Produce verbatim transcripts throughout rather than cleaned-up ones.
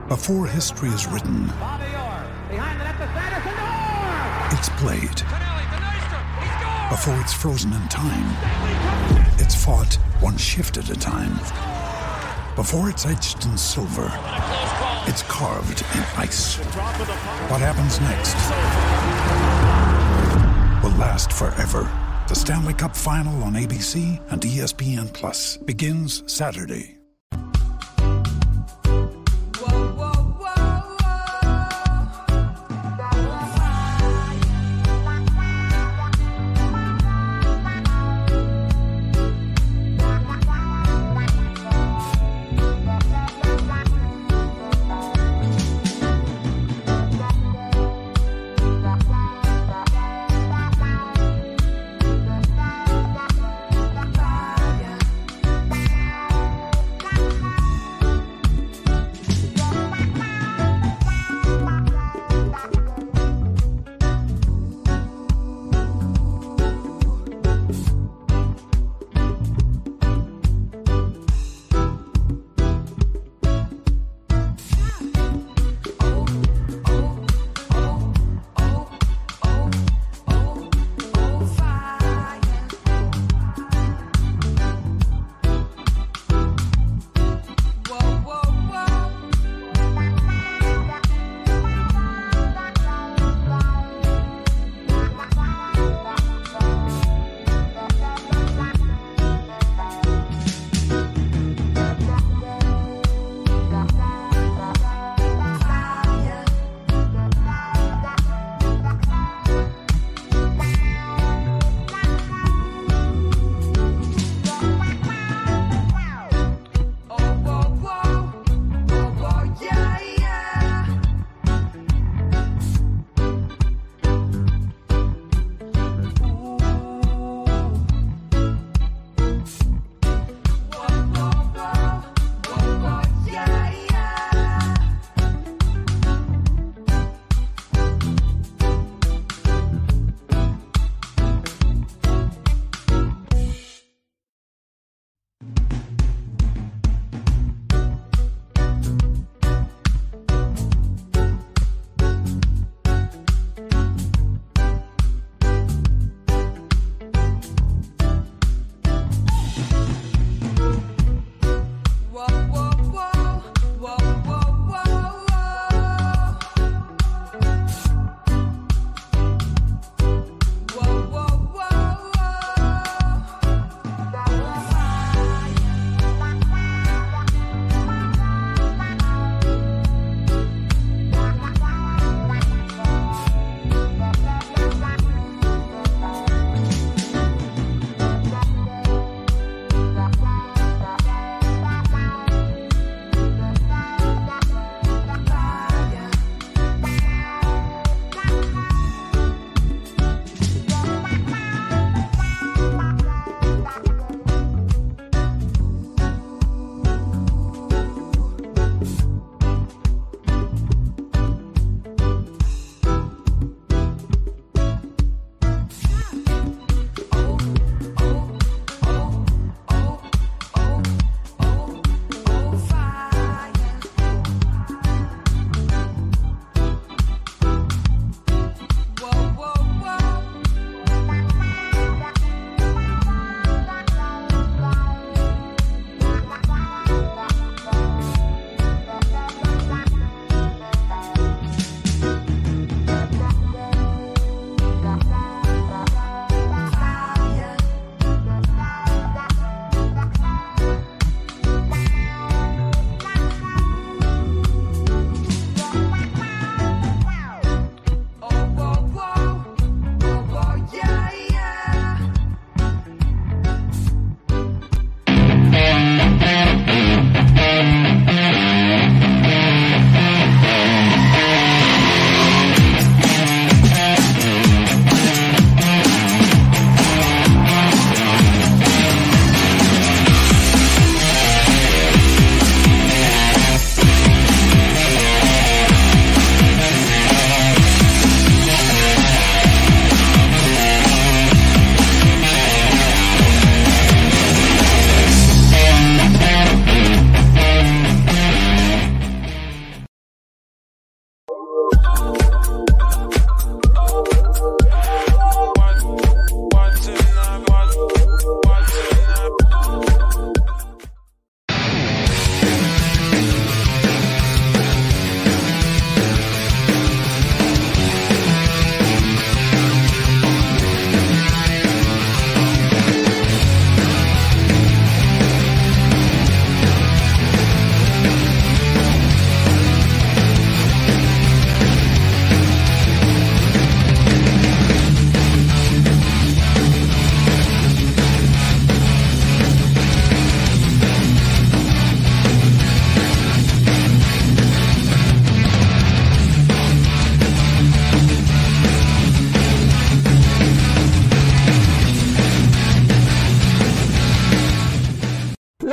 Before history is written, it's played. Before it's frozen in time, it's fought one shift at a time. Before it's etched in silver, it's carved in ice. What happens next will last forever. The Stanley Cup Final on A B C and E S P N Plus begins Saturday.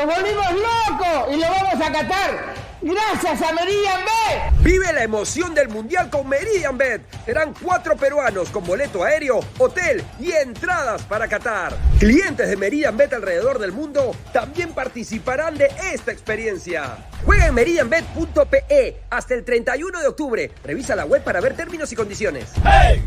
volvimos locos y lo vamos a catar gracias a Meridian Bet. Vive la emoción del Mundial con Meridian Bet. Serán cuatro peruanos con boleto aéreo, hotel y entradas para Qatar. Clientes de Meridian Bet alrededor del mundo también participarán de esta experiencia. Juega en meridian bet punto pe hasta el treinta y uno de octubre. Revisa la web para ver términos y condiciones. ¡Hey!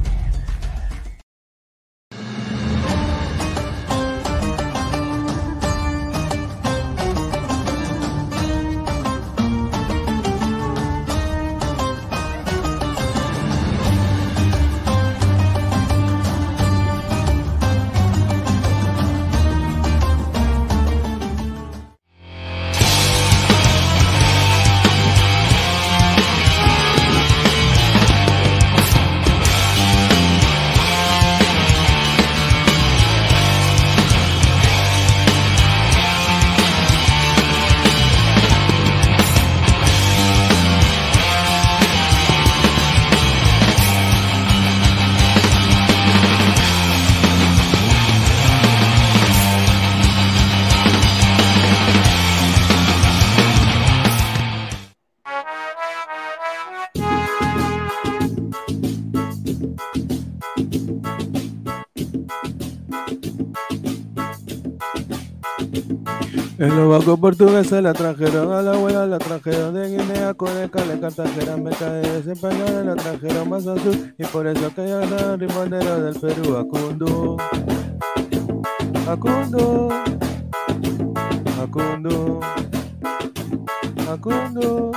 En los bancos portugueses la trajeron a la abuela, la trajeron de Guinea, Coneca, le Cartagena, Mercaderes españoles, la trajeron más al sur, y por eso que ya está el rimonero del Perú, Acundú, Acundú, Acundú, Acundú.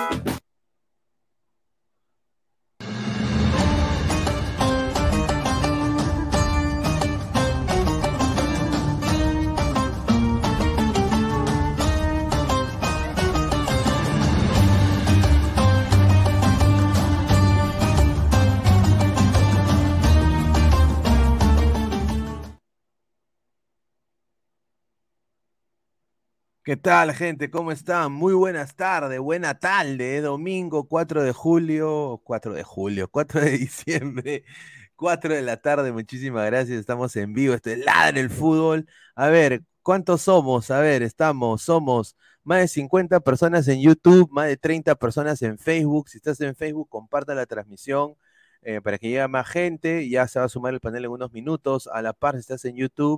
¿Qué tal, gente? ¿Cómo están? Muy buenas tardes, buena tarde, ¿eh? Domingo cuatro de julio, cuatro de julio, cuatro de diciembre, cuatro de la tarde, muchísimas gracias, estamos en vivo, esto es Ladra el Fútbol. A ver, ¿cuántos somos? A ver, estamos, somos más de cincuenta personas en YouTube, más de treinta personas en Facebook. Si estás en Facebook, comparta la transmisión eh, para que llegue a más gente, ya se va a sumar el panel en unos minutos. A la par, si estás en YouTube,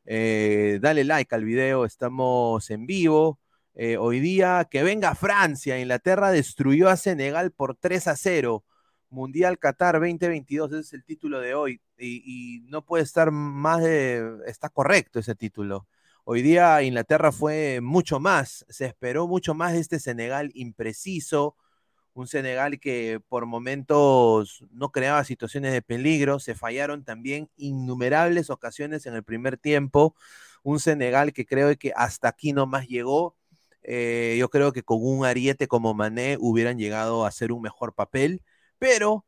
Eh, dale like al video, estamos en vivo. Eh, hoy día, que venga Francia. Inglaterra destruyó a Senegal por tres a cero. Mundial Qatar veinte veintidós, ese es el título de hoy. Y, y no puede estar más de. Está correcto ese título. Hoy día Inglaterra fue mucho más, se esperó mucho más de este Senegal impreciso, un Senegal que por momentos no creaba situaciones de peligro, se fallaron también innumerables ocasiones en el primer tiempo, un Senegal que creo que hasta aquí nomás llegó. Eh, yo creo que con un ariete como Mané hubieran llegado a hacer un mejor papel, pero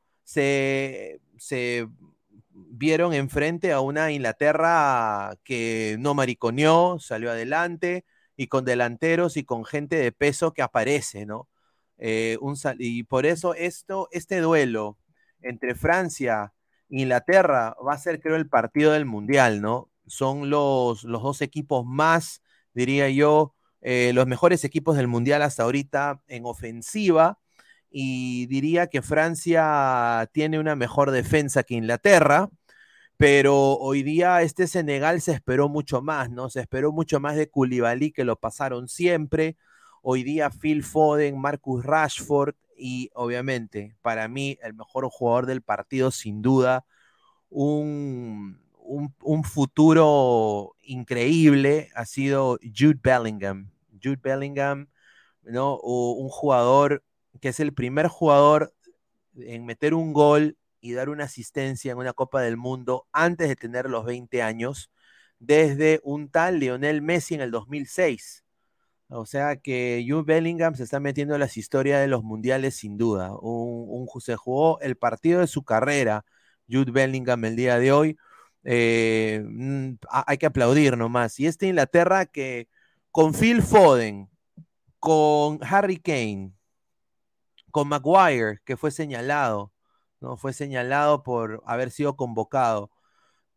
se, se vieron enfrente a una Inglaterra que no mariconeó, salió adelante, y con delanteros y con gente de peso que aparece, ¿no? Eh, un, y por eso esto, este duelo entre Francia e Inglaterra va a ser, creo, el partido del Mundial, ¿no? Son los, los dos equipos más, diría yo, eh, los mejores equipos del Mundial hasta ahorita en ofensiva, y diría que Francia tiene una mejor defensa que Inglaterra, pero hoy día este Senegal se esperó mucho más, ¿no? Se esperó mucho más de Koulibaly, que lo pasaron siempre. Hoy día Phil Foden, Marcus Rashford y obviamente para mí el mejor jugador del partido sin duda, un, un, un futuro increíble ha sido Jude Bellingham. Jude Bellingham, ¿no? O un jugador que es el primer jugador en meter un gol y dar una asistencia en una Copa del Mundo antes de tener los veinte años, desde un tal Lionel Messi en el dos mil seis. O sea que Jude Bellingham se está metiendo en las historias de los mundiales sin duda. Un, un, se jugó el partido de su carrera, Jude Bellingham, el día de hoy. Eh, hay que aplaudir nomás. Y esta Inglaterra que con Phil Foden, con Harry Kane, con Maguire, que fue señalado, ¿no? Fue señalado por haber sido convocado.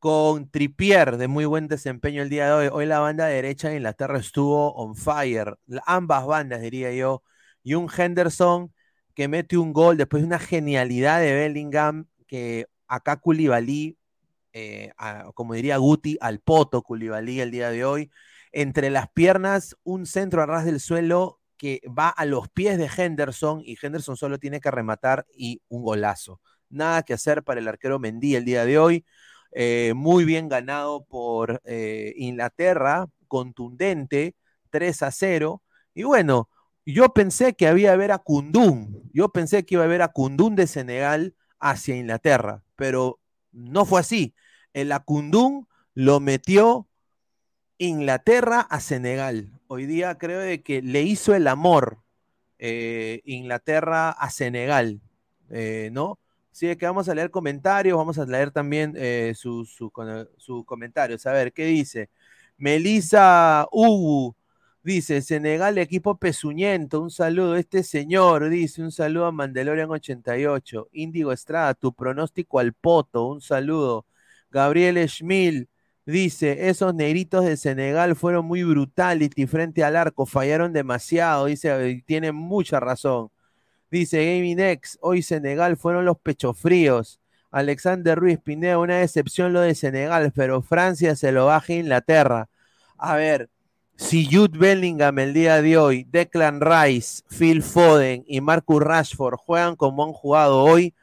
con Trippier de muy buen desempeño el día de hoy. Hoy la banda derecha de Inglaterra estuvo on fire, ambas bandas diría yo, y un Henderson que mete un gol después de una genialidad de Bellingham, que acá Koulibaly, eh, a, como diría Guti, al poto Koulibaly el día de hoy, entre las piernas, un centro a ras del suelo que va a los pies de Henderson, y Henderson solo tiene que rematar y un golazo. Nada que hacer para el arquero Mendy el día de hoy. Eh, muy bien ganado por eh, Inglaterra, contundente, tres a cero. Y bueno, yo pensé que había a ver a Kundún, yo pensé que iba a haber a Kundún de Senegal hacia Inglaterra, pero no fue así. El Kundún lo metió Inglaterra a Senegal. Hoy día creo de que le hizo el amor eh, Inglaterra a Senegal, eh, ¿no? Así que vamos a leer comentarios, vamos a leer también eh, sus su, su comentarios. A ver, ¿qué dice? Melissa Ugu dice, Senegal, equipo pezuñento, un saludo. Este señor dice, un saludo a Mandalorian ochenta y ocho. Índigo Estrada, tu pronóstico al poto, un saludo. Gabriel Schmil dice, esos negritos de Senegal fueron muy brutality frente al arco, fallaron demasiado, dice, tiene mucha razón. Dice Gaming X, hoy Senegal fueron los pechofríos. Alexander Ruiz Pineda, una decepción lo de Senegal, pero Francia se lo baja a Inglaterra. A ver, si Jude Bellingham el día de hoy, Declan Rice, Phil Foden y Marcus Rashford juegan como han jugado hoy,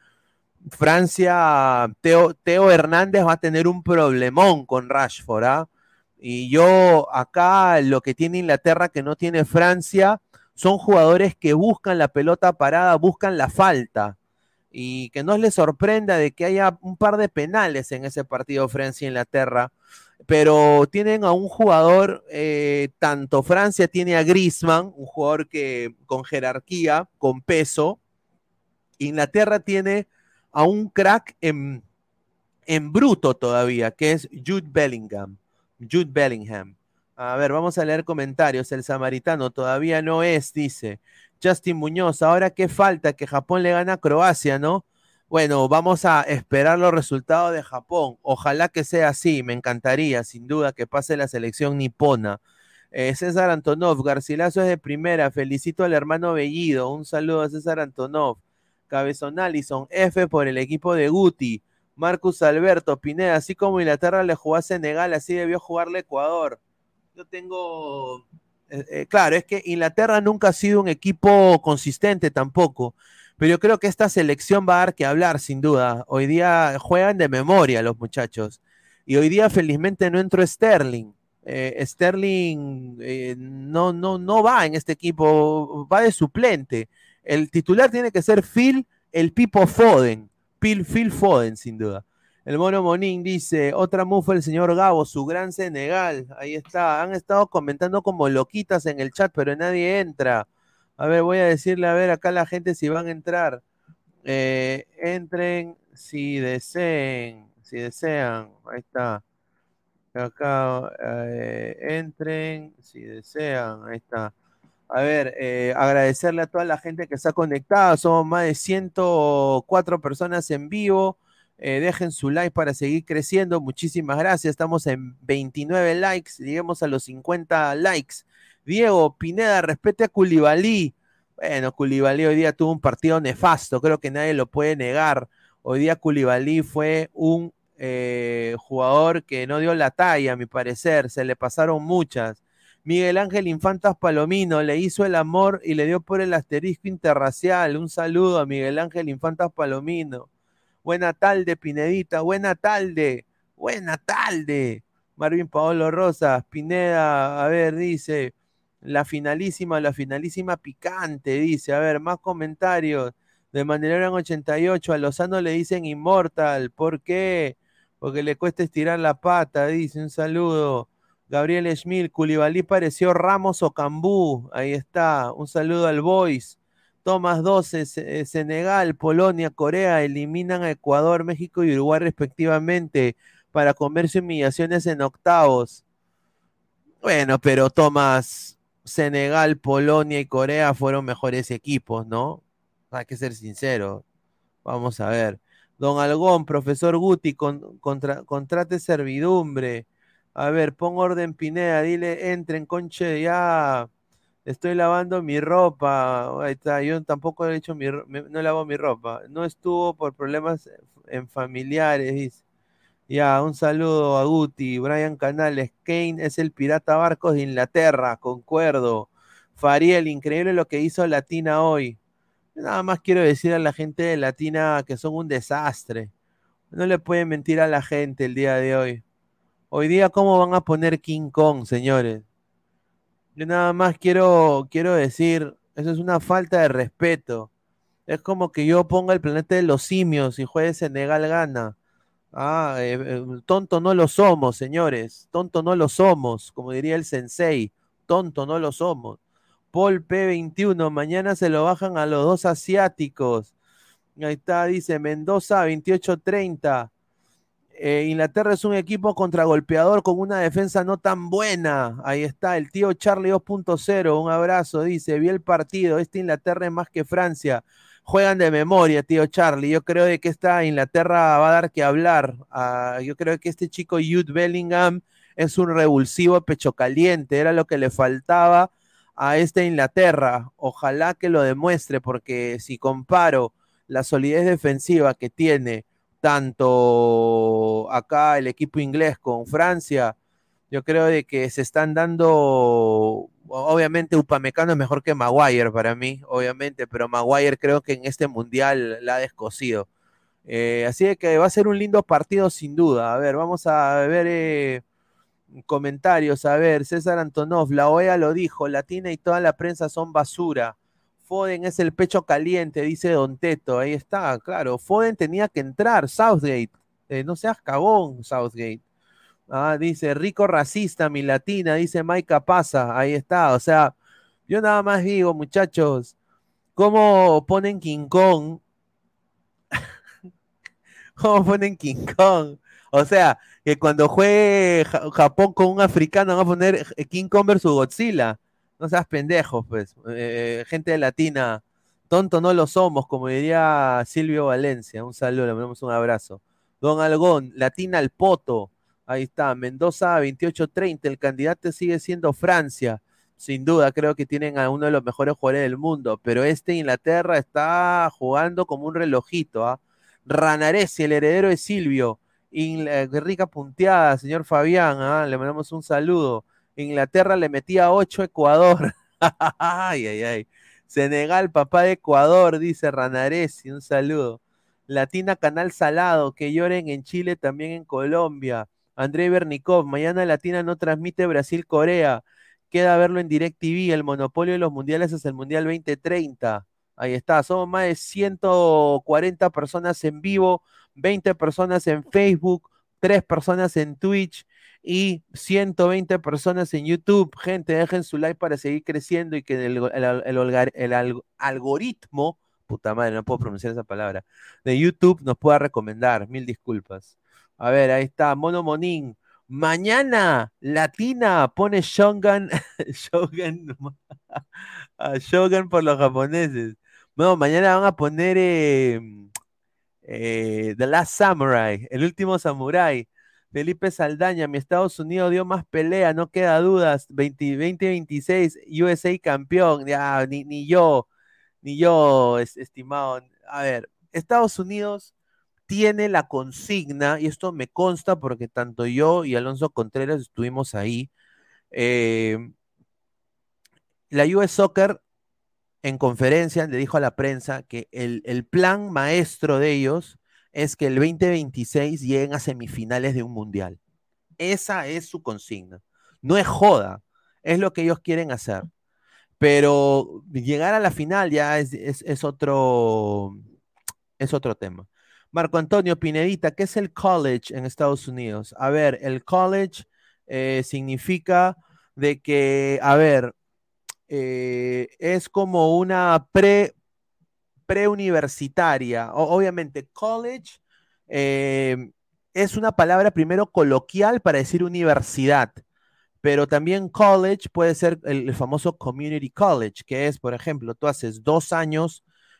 Francia, Teo, Teo Hernández va a tener un problemón con Rashford, ¿ah? Y yo acá lo que tiene Inglaterra que no tiene Francia son jugadores que buscan la pelota parada, buscan la falta, y que no les sorprenda de que haya un par de penales en ese partido Francia-Inglaterra, pero tienen a un jugador, eh, tanto Francia tiene a Griezmann, un jugador que con jerarquía, con peso, Inglaterra tiene a un crack en, en bruto todavía, que es Jude Bellingham. Jude Bellingham. A ver, vamos a leer comentarios. El samaritano todavía no es, dice. Justin Muñoz, ahora qué falta, que Japón le gana a Croacia, ¿no? Bueno, vamos a esperar los resultados de Japón. Ojalá que sea así, me encantaría, sin duda, que pase la selección nipona. Eh, César Antonov, Garcilaso es de primera, felicito al hermano Bellido, un saludo a César Antonov. Cabezón Allison, F por el equipo de Guti. Marcus Alberto Pineda, así como Inglaterra le jugó a Senegal, así debió jugarle Ecuador. Yo tengo, eh, eh, claro, es que Inglaterra nunca ha sido un equipo consistente tampoco, pero yo creo que esta selección va a dar que hablar, sin duda. Hoy día juegan de memoria los muchachos, y hoy día felizmente no entró Sterling. Eh, Sterling eh, no, no, no va en este equipo, va de suplente. El titular tiene que ser Phil, el Pipo Foden, Phil, Phil Foden, sin duda. El Mono Monín dice, otra mufa el señor Gabo, su gran Senegal. Ahí está, han estado comentando como loquitas en el chat, pero nadie entra. A ver, voy a decirle, a ver acá la gente si van a entrar. Eh, entren si deseen, si desean. Ahí está. Acá, eh, entren si desean. Ahí está. A ver, eh, agradecerle a toda la gente que está conectada. Somos más de ciento cuatro personas en vivo. Eh, dejen su like para seguir creciendo. Muchísimas gracias. Estamos en veintinueve likes. Lleguemos a los cincuenta likes. Diego Pineda, respete a Koulibaly. Bueno, Koulibaly hoy día tuvo un partido nefasto. Creo que nadie lo puede negar. Hoy día Koulibaly fue un eh, jugador que no dio la talla, a mi parecer. Se le pasaron muchas. Miguel Ángel Infantas Palomino le hizo el amor y le dio por el asterisco interracial. Un saludo a Miguel Ángel Infantas Palomino. Buena tarde, Pinedita. Buena tarde. Buena tarde. Marvin Paolo Rosas. Pineda, a ver, dice. La finalísima, la finalísima picante, dice. A ver, más comentarios. De Mandalorian ochenta y ocho. A Lozano le dicen Inmortal. ¿Por qué? Porque le cuesta estirar la pata, dice. Un saludo. Gabriel Schmil, Koulibaly pareció Ramos o Cambú. Ahí está. Un saludo al Boys. Tomás doce, Senegal, Polonia, Corea eliminan a Ecuador, México y Uruguay respectivamente para comerse humillaciones en octavos. Bueno, pero Tomás, Senegal, Polonia y Corea fueron mejores equipos, ¿no? Hay que ser sincero. Vamos a ver. Don Algón, profesor Guti, con, contra, contrate servidumbre. A ver, pon orden Pineda, dile, entren, conche, ya. Estoy lavando mi ropa. Ahí está, yo tampoco he hecho mi, no lavo mi ropa. No estuvo por problemas en familiares, dice. Ya, un saludo a Guti, Brian Canales. Kane es el pirata barcos de Inglaterra, concuerdo. Fariel, increíble lo que hizo Latina hoy. Nada más quiero decir a la gente de Latina que son un desastre. No le pueden mentir a la gente el día de hoy. Hoy día, ¿cómo van a poner King Kong, señores? Yo nada más quiero, quiero decir, eso es una falta de respeto. Es como que yo ponga el planeta de los simios y juegue Senegal gana. Ah, eh, eh, tonto no lo somos, señores. Tonto no lo somos, como diría el sensei. Tonto no lo somos. Paul P veintiuno, mañana se lo bajan a los dos asiáticos. Ahí está, dice Mendoza veintiocho treinta. Eh, Inglaterra es un equipo contragolpeador con una defensa no tan buena. Ahí está, el tío Charlie dos punto cero. Un abrazo, dice. Vi el partido. Esta Inglaterra es más que Francia. Juegan de memoria, tío Charlie. Yo creo de que esta Inglaterra va a dar que hablar. Uh, yo creo que este chico Jude Bellingham es un revulsivo pecho caliente. Era lo que le faltaba a esta Inglaterra. Ojalá que lo demuestre, porque si comparo la solidez defensiva que tiene tanto acá el equipo inglés con Francia, yo creo de que se están dando, obviamente Upamecano es mejor que Maguire para mí, obviamente, pero Maguire creo que en este mundial la ha descosido. Eh, así de que va a ser un lindo partido sin duda. A ver, vamos a ver eh, comentarios. A ver, César Antonov, la O E A lo dijo, Latina y toda la prensa son basura. Foden es el pecho caliente, dice Don Teto. Ahí está, claro. Foden tenía que entrar. Southgate. Eh, no seas cagón, Southgate. Ah, dice rico racista, mi latina, dice Maika Pasa. Ahí está. O sea, yo nada más digo, muchachos, ¿cómo ponen King Kong? ¿Cómo ponen King Kong? O sea, que cuando juegue Japón con un africano van a poner King Kong versus Godzilla. No seas pendejos, pues. Eh, gente latina, tonto no lo somos, como diría Silvio Valencia. Un saludo, le mandamos un abrazo. Don Algón, Latina al poto. Ahí está, Mendoza veintiocho treinta. El candidato sigue siendo Francia. Sin duda, creo que tienen a uno de los mejores jugadores del mundo. Pero este Inglaterra está jugando como un relojito. ¿ah? Ranaresi, el heredero de Silvio. In, eh, rica punteada, señor Fabián. ¿ah? Le mandamos un saludo. Inglaterra le metía ocho a Ecuador. ay, ay, ay. Senegal, papá de Ecuador, dice Ranaresi, un saludo. Latina Canal Salado, que lloren en Chile, también en Colombia. André Bernikov, mañana Latina no transmite Brasil-Corea. Queda verlo en DirecTV, el monopolio de los mundiales es el Mundial veinte treinta. Ahí está, somos más de ciento cuarenta personas en vivo, veinte personas en Facebook, tres personas en Twitch y ciento veinte personas en YouTube. Gente, dejen su like para seguir creciendo y que el, el, el, el, el alg algoritmo, puta madre, no puedo pronunciar esa palabra, de YouTube nos pueda recomendar. Mil disculpas. A ver, ahí está, Mono Monín. Mañana, Latina pone Shogun, Shogun, a Shogun por los japoneses. No, mañana van a poner eh, eh, The Last Samurai, el último samurái. Felipe Saldaña, mi Estados Unidos dio más pelea, no queda dudas. veinte veintiséis, U S A campeón. Ya, ni, ni yo, ni yo, es, estimado. A ver, Estados Unidos tiene la consigna, y esto me consta porque tanto yo y Alonso Contreras estuvimos ahí. Eh, la U S Soccer en conferencia le dijo a la prensa que el, el plan maestro de ellos es que el veinte veintiséis lleguen a semifinales de un mundial. Esa es su consigna. No es joda, es lo que ellos quieren hacer. Pero llegar a la final ya es, es, es, otro, es otro tema. Marco Antonio Pinedita, ¿qué es el college en Estados Unidos? A ver, el college eh, significa de que, a ver, eh, es como una pre preuniversitaria. Obviamente, college eh, es una palabra primero coloquial para decir universidad, pero también college puede ser el, el famoso community college, que es, por ejemplo, tú haces dos años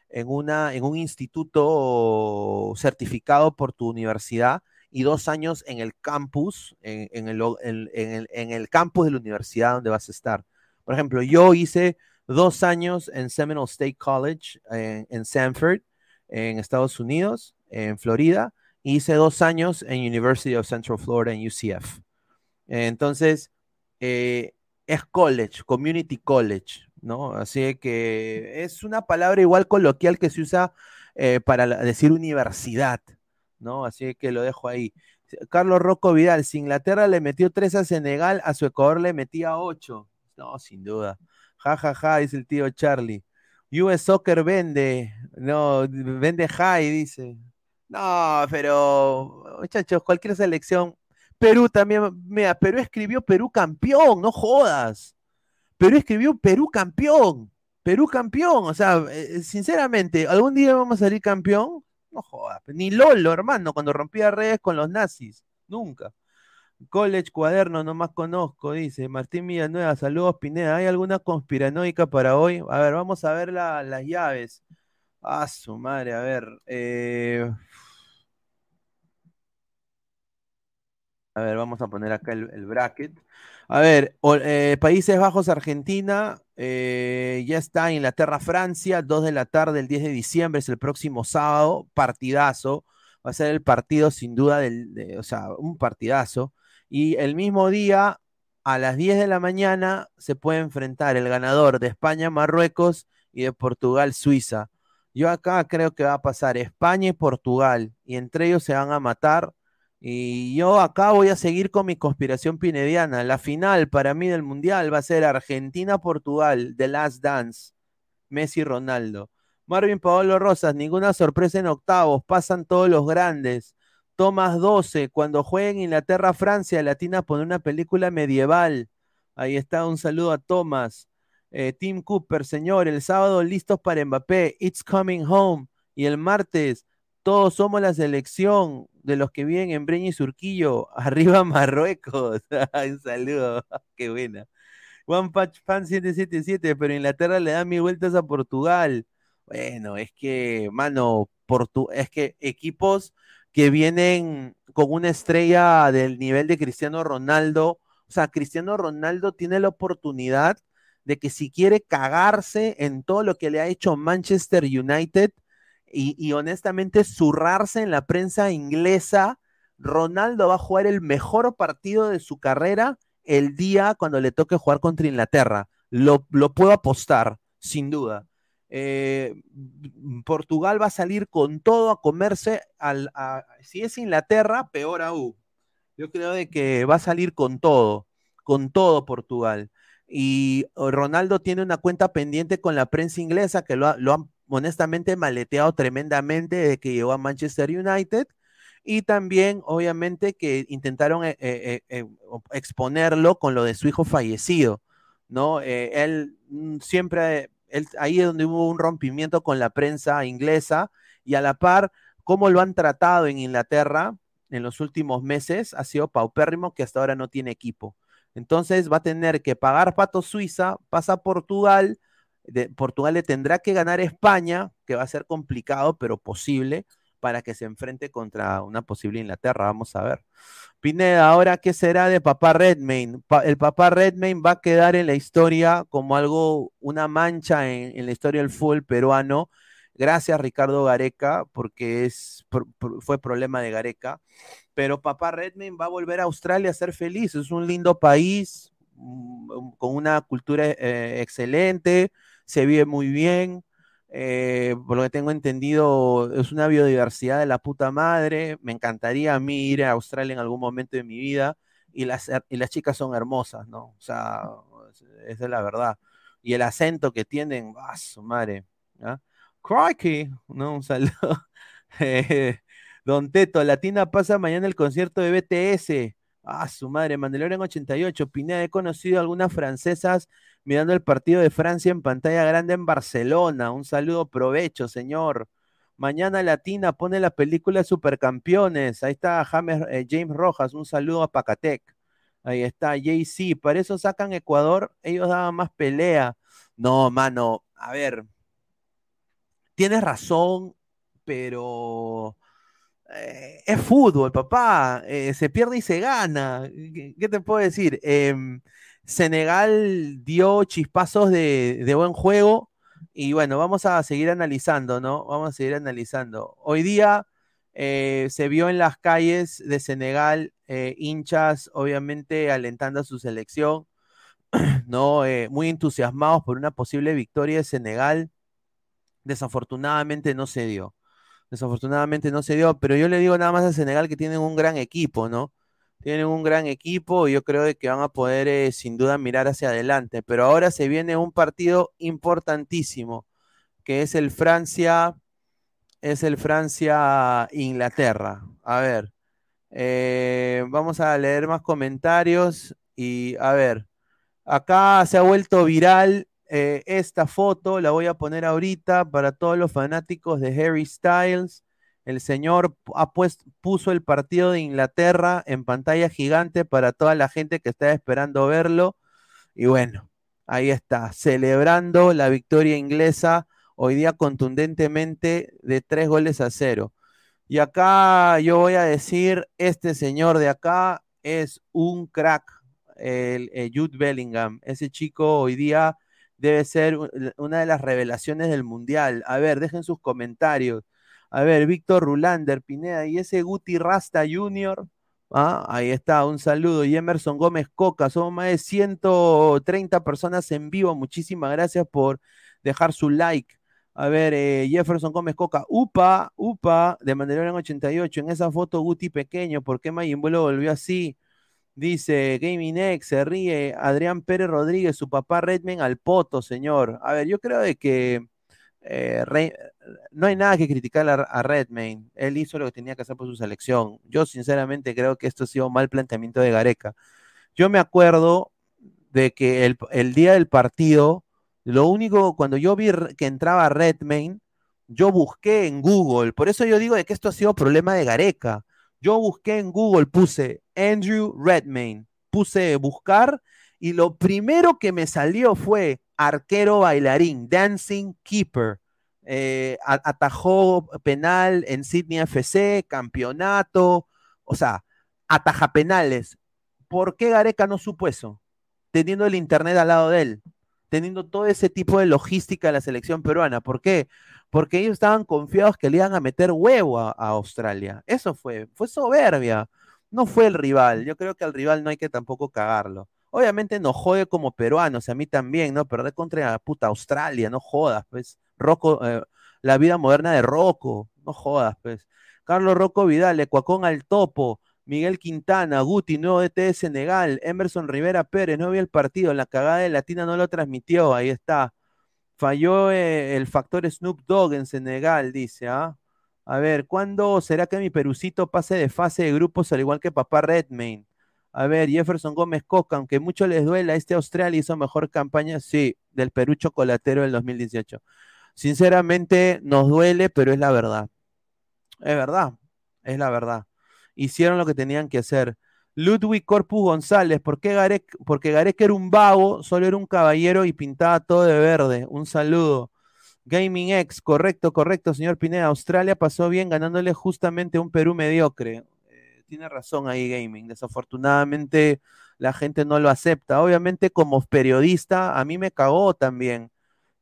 en, una, en un instituto certificado por tu universidad y dos años en el campus, en, en, el, en, en, el, en el campus de la universidad donde vas a estar. Por ejemplo, yo hice dos años en Seminole State College, en, en Sanford, en Estados Unidos, en Florida, y hice dos años en University of Central Florida, en U C F. Entonces, eh, es college, community college, ¿no? Así que es una palabra igual coloquial que se usa eh, para decir universidad, ¿no? Así que lo dejo ahí. Carlos Rocco Vidal, si Inglaterra le metió tres a Senegal, a su Ecuador le metía ocho. No, sin duda. Ja, ja, ja, dice el tío Charlie. U S Soccer vende, no, vende high, dice. No, pero, muchachos, cualquier selección. Perú también, mira, Perú escribió Perú campeón, no jodas. Perú escribió Perú campeón. Perú campeón, o sea, eh, sinceramente, ¿algún día vamos a salir campeón? No jodas, ni Lolo, hermano, cuando rompía redes con los nazis, nunca. College Cuaderno, no más conozco, dice Martín Villanueva, saludos Pineda, ¿hay alguna conspiranoica para hoy? A ver, vamos a ver la, las llaves. Ah, su madre, a ver. Eh, a ver, vamos a poner acá el, el bracket. A ver, o- eh, Países Bajos, Argentina, eh, ya está Inglaterra, Francia, dos de la tarde, el diez de diciembre, es el próximo sábado, partidazo. Va a ser el partido sin duda del, de- o sea, un partidazo. Y el mismo día, a las diez de la mañana, se puede enfrentar el ganador de España, Marruecos y de Portugal, Suiza. Yo acá creo que va a pasar España y Portugal, y entre ellos se van a matar. Y yo acá voy a seguir con mi conspiración pinediana. La final para mí del Mundial va a ser Argentina-Portugal, The Last Dance, Messi Ronaldo. Marvin Paolo Rosas, ninguna sorpresa en octavos, pasan todos los grandes. Tomás doce, cuando jueguen Inglaterra-Francia, Latina pone una película medieval. Ahí está, un saludo a Tomás. Eh, Tim Cooper, señor, el sábado listos para Mbappé, It's Coming Home. Y el martes, todos somos la selección de los que viven en Breña y Surquillo. Arriba Marruecos. Un saludo, qué buena. One Punch Fan siete siete siete, pero Inglaterra le da mil vueltas a Portugal. Bueno, es que, mano, Portu es que equipos que vienen con una estrella del nivel de Cristiano Ronaldo, o sea, Cristiano Ronaldo tiene la oportunidad de que si quiere cagarse en todo lo que le ha hecho Manchester United y, y honestamente zurrarse en la prensa inglesa, Ronaldo va a jugar el mejor partido de su carrera el día cuando le toque jugar contra Inglaterra. Lo, lo puedo apostar, sin duda. Eh, Portugal va a salir con todo a comerse, al, a, si es Inglaterra, peor aún. Yo creo de que va a salir con todo, con todo Portugal. Y Ronaldo tiene una cuenta pendiente con la prensa inglesa que lo, ha, lo han honestamente maleteado tremendamente desde que llegó a Manchester United y también, obviamente, que intentaron eh, eh, eh, exponerlo con lo de su hijo fallecido, ¿no? Eh, él mm, siempre, él, ahí es donde hubo un rompimiento con la prensa inglesa y a la par, cómo lo han tratado en Inglaterra en los últimos meses, ha sido paupérrimo que hasta ahora no tiene equipo. Entonces va a tener que pagar Pato Suiza, pasa a Portugal, de, Portugal le tendrá que ganar a España, que va a ser complicado, pero posible para que se enfrente contra una posible Inglaterra. Vamos a ver. Pineda, ahora, ¿qué será de Papá Redmayne? Pa el Papá Redmayne va a quedar en la historia como algo, una mancha en, en la historia del fútbol peruano. Gracias, Ricardo Gareca, porque es, por, por, fue problema de Gareca. Pero Papá Redmayne va a volver a Australia a ser feliz. Es un lindo país, um, con una cultura eh, excelente, se vive muy bien. Eh, por lo que tengo entendido, es una biodiversidad de la puta madre. Me encantaría a mí ir a Australia en algún momento de mi vida. Y las, y las chicas son hermosas, ¿no? O sea, esa es la verdad. Y el acento que tienen, ¡ah, su madre! ¿Ah? Crikey, ¿no? Un saludo. eh, Don Teto, Latina pasa mañana el concierto de B T S. Ah, su madre, Mandalorian ochenta y ocho. Pineda, he conocido algunas francesas mirando el partido de Francia en pantalla grande en Barcelona. Un saludo, provecho, señor. Mañana Latina pone la película Supercampeones. Ahí está James, eh, James Rojas. Un saludo a Pacatec. Ahí está Jay-Z. Para eso sacan Ecuador. Ellos daban más pelea. No, mano. A ver. tienes razón, pero eh, es fútbol, papá. Eh, se pierde y se gana. ¿Qué, qué te puedo decir? Em, Senegal dio chispazos de, de buen juego y bueno, vamos a seguir analizando, ¿no? Vamos a seguir analizando. Hoy día eh, se vio en las calles de Senegal eh, hinchas, obviamente, alentando a su selección, ¿no? Eh, muy entusiasmados por una posible victoria de Senegal. Desafortunadamente no se dio. Desafortunadamente no se dio, pero yo le digo nada más a Senegal que tienen un gran equipo, ¿no? Tienen un gran equipo y yo creo de que van a poder eh, sin duda mirar hacia adelante. Pero ahora se viene un partido importantísimo, que es el Francia, es el Francia-Inglaterra. A ver, eh, vamos a leer más comentarios y a ver. Acá se ha vuelto viral eh, esta foto, la voy a poner ahorita para todos los fanáticos de Harry Styles. El señor ha puesto, puso el partido de Inglaterra en pantalla gigante para toda la gente que está esperando verlo. Y bueno, ahí está, celebrando la victoria inglesa hoy día contundentemente de tres goles a cero. Y acá yo voy a decir, este señor de acá es un crack, el, el Jude Bellingham. Ese chico hoy día debe ser una de las revelaciones del Mundial. A ver, dejen sus comentarios. A ver, Víctor Rulander, Pineda, y ese Guti Rasta junior Ah, ahí está, un saludo. Y Emerson Gómez Coca, somos más de ciento treinta personas en vivo. Muchísimas gracias por dejar su like. A ver, eh, Jefferson Gómez Coca, upa, upa, de Mandalorian ochenta y ocho. En esa foto Guti pequeño, ¿por qué Mayimbo lo volvió así? Dice Gaming X, se ríe. Adrián Pérez Rodríguez, su papá Redman al poto, señor. A ver, yo creo de que eh, Re- no hay nada que criticar a, a Redmayne. Él hizo lo que tenía que hacer por su selección. Yo sinceramente creo que esto ha sido un mal planteamiento de Gareca. Yo me acuerdo de que el, el día del partido, lo único, cuando yo vi r- que entraba Redmayne, yo busqué en Google, por eso yo digo de que esto ha sido problema de Gareca. Yo busqué en Google, puse Andrew Redmayne, puse buscar y lo primero que me salió fue arquero bailarín, dancing keeper. Eh, a- atajó penal en Sydney F C, campeonato, o sea, ataja penales. ¿Por qué Gareca no supo eso? Teniendo el internet al lado de él, teniendo todo ese tipo de logística de la selección peruana. ¿Por qué? Porque ellos estaban confiados que le iban a meter huevo a, a Australia. Eso fue, fue soberbia. No fue el rival. Yo creo que al rival no hay que tampoco cagarlo. Obviamente nos jode como peruanos, a mí también, ¿no? Perder contra la puta Australia, no jodas, pues. Rocco, eh, la vida moderna de Rocco, no jodas, pues. Carlos Rocco Vidal, Ecuacón al topo. Miguel Quintana, Guti, nuevo D T de Senegal, Emerson Rivera Pérez, no vio el partido, la cagada de Latina no lo transmitió, ahí está. Falló eh, el factor Snoop Dogg en Senegal, dice, ¿ah? A ver, ¿cuándo será que mi Perucito pase de fase de grupos al igual que papá Redmayne? A ver, Jefferson Gómez Coca, aunque mucho les duela, este Australia hizo mejor campaña, sí, del Perú chocolatero del dos mil dieciocho. Sinceramente, nos duele, pero es la verdad. Es verdad, es la verdad. Hicieron lo que tenían que hacer. Ludwig Corpus González, ¿por qué Garek? Porque Garek era un vago, solo era un caballero y pintaba todo de verde. Un saludo. Gaming X, correcto, correcto, señor Pineda. Australia pasó bien ganándole justamente a un Perú mediocre. Eh, tiene razón ahí, Gaming. Desafortunadamente la gente no lo acepta. Obviamente, como periodista, a mí me cagó también.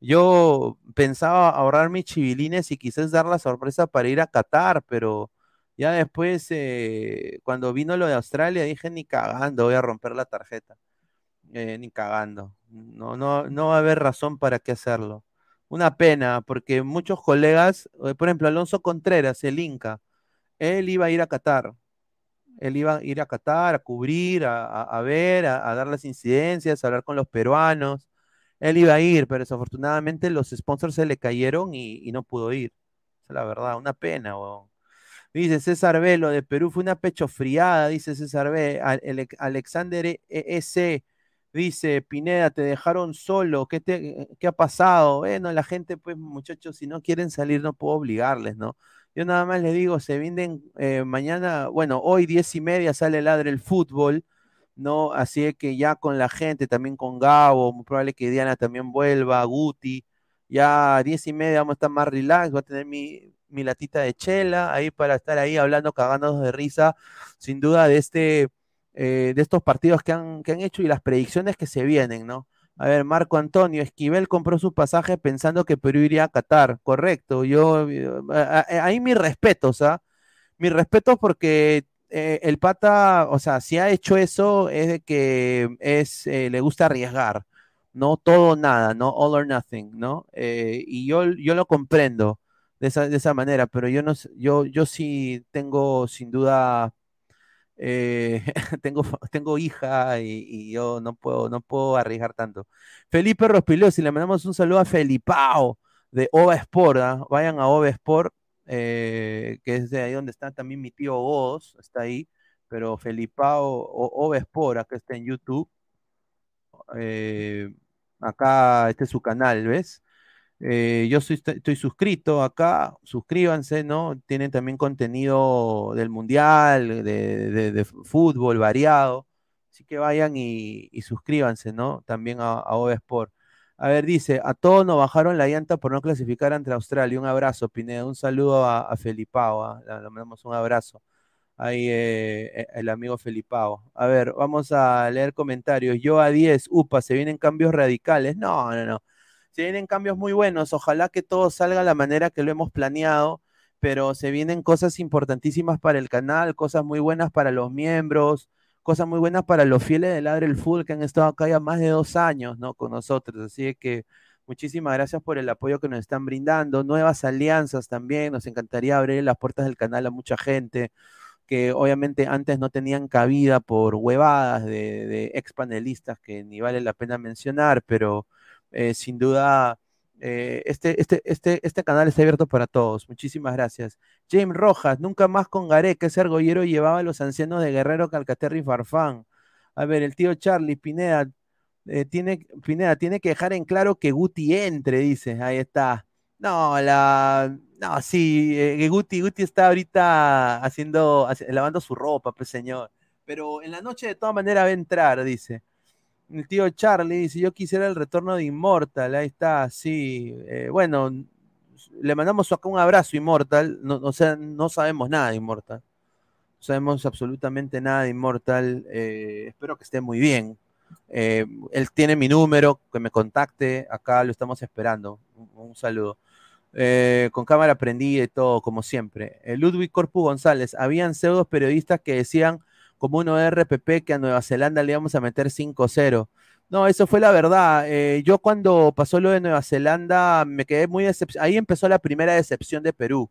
Yo pensaba ahorrar mis chivilines y quizás dar la sorpresa para ir a Qatar, pero ya después, eh, cuando vino lo de Australia, dije, ni cagando, voy a romper la tarjeta. Eh, ni cagando. No, no, no va a haber razón para qué hacerlo. Una pena, porque muchos colegas, eh, por ejemplo, Alonso Contreras, el Inca, él iba a ir a Qatar. Él iba a ir a Qatar a cubrir, a, a- a ver, a, a dar las incidencias, a hablar con los peruanos. Él iba a ir, pero desafortunadamente los sponsors se le cayeron y, y no pudo ir. Esa es la verdad, una pena, weón. Dice César B, lo de Perú fue una pechofriada, dice César B. Al- el- Alexander E- E- S dice, Pineda, te dejaron solo, ¿qué, te, qué ha pasado? Bueno, la gente, pues, muchachos, si no quieren salir, no puedo obligarles, ¿no? Yo nada más les digo, se vinden eh, mañana, bueno, hoy diez y media sale Ladre el Fútbol, ¿no? Así es que ya con la gente, también con Gabo, muy probable que Diana también vuelva, Guti, Ya a diez y media vamos a estar más relax, voy a tener mi, mi latita de chela ahí para estar ahí hablando, cagándonos de risa, sin duda, de este, eh, de estos partidos que han, que han hecho y las predicciones que se vienen, ¿no? A ver, Marco Antonio, Esquivel compró su pasaje pensando que Perú iría a Qatar, correcto. Yo, yo- a- a- ahí mis respetos, ¿ah? Mis respetos porque eh, el pata, o sea, si ha hecho eso es de que es, eh, le gusta arriesgar, no todo o nada, no all or nothing, ¿no? Eh, y yo, yo lo comprendo de esa, de esa manera, pero yo no, s- yo, yo sí tengo sin duda, eh, tengo, tengo hija y, y yo no puedo, no puedo arriesgar tanto. Felipe Rospigliosi, le mandamos un saludo a Felipao de Ova Sport, ¿ah? Vayan a Ova Sport, eh, que es de ahí donde está también mi tío Goz, está ahí, pero Felipao, o- Ova Sport, acá está en YouTube, eh, acá este es su canal, ¿ves? Eh, yo soy- estoy, estoy suscrito acá, suscríbanse, ¿no? Tienen también contenido del mundial, de, de- de fútbol variado. Así que vayan y, y suscríbanse, ¿no? También a, a Ove Sport. A ver, dice, a todos nos bajaron la llanta por no clasificar ante Australia. Un abrazo, Pineda. Un saludo a, a Felipao, ¿ah? Le le mandamos un abrazo. Ahí eh, eh, el amigo Felipao. A ver, vamos a leer comentarios. Yo a diez, upa, se vienen cambios radicales. No, no, no. Se vienen cambios muy buenos. Ojalá que todo salga a la manera que lo hemos planeado, pero se vienen cosas importantísimas para el canal, cosas muy buenas para los miembros, cosas muy buenas para los fieles de Ladre el Fútbol que han estado acá ya más de dos años, ¿no? Con nosotros. Así que muchísimas gracias por el apoyo que nos están brindando. Nuevas alianzas también. Nos encantaría abrir las puertas del canal a mucha gente que obviamente antes no tenían cabida por huevadas de, de ex panelistas que ni vale la pena mencionar, pero eh, sin duda eh, este, este, este, este canal está abierto para todos. Muchísimas gracias. James Rojas, nunca más con Gareca, ese argollero llevaba a los ancianos de Guerrero, Calcaterra y Farfán. A ver, el tío Charlie Pineda, eh, tiene, Pineda, tiene que dejar en claro que Guti entre, dice. Ahí está. No, la. No, sí, eh, Guti, Guti está ahorita haciendo, haci- lavando su ropa, pues señor. Pero en la noche de todas maneras va a entrar, dice. El tío Charlie dice, yo quisiera el retorno de Immortal, ahí está, sí. Eh, bueno, le mandamos acá un abrazo, Immortal. No, o sea, no sabemos nada de Immortal. No sabemos absolutamente nada de Immortal. Eh, espero que esté muy bien. Eh, él tiene mi número, que me contacte. Acá lo estamos esperando. Un, un saludo. Eh, con cámara prendida y todo, como siempre. Eh, Ludwig Corpu González, habían pseudos periodistas que decían, como uno de R P P, que a Nueva Zelanda le íbamos a meter cinco cero. No, eso fue la verdad. Eh, yo cuando pasó lo de Nueva Zelanda me quedé muy decepcionado. Ahí empezó la primera decepción de Perú.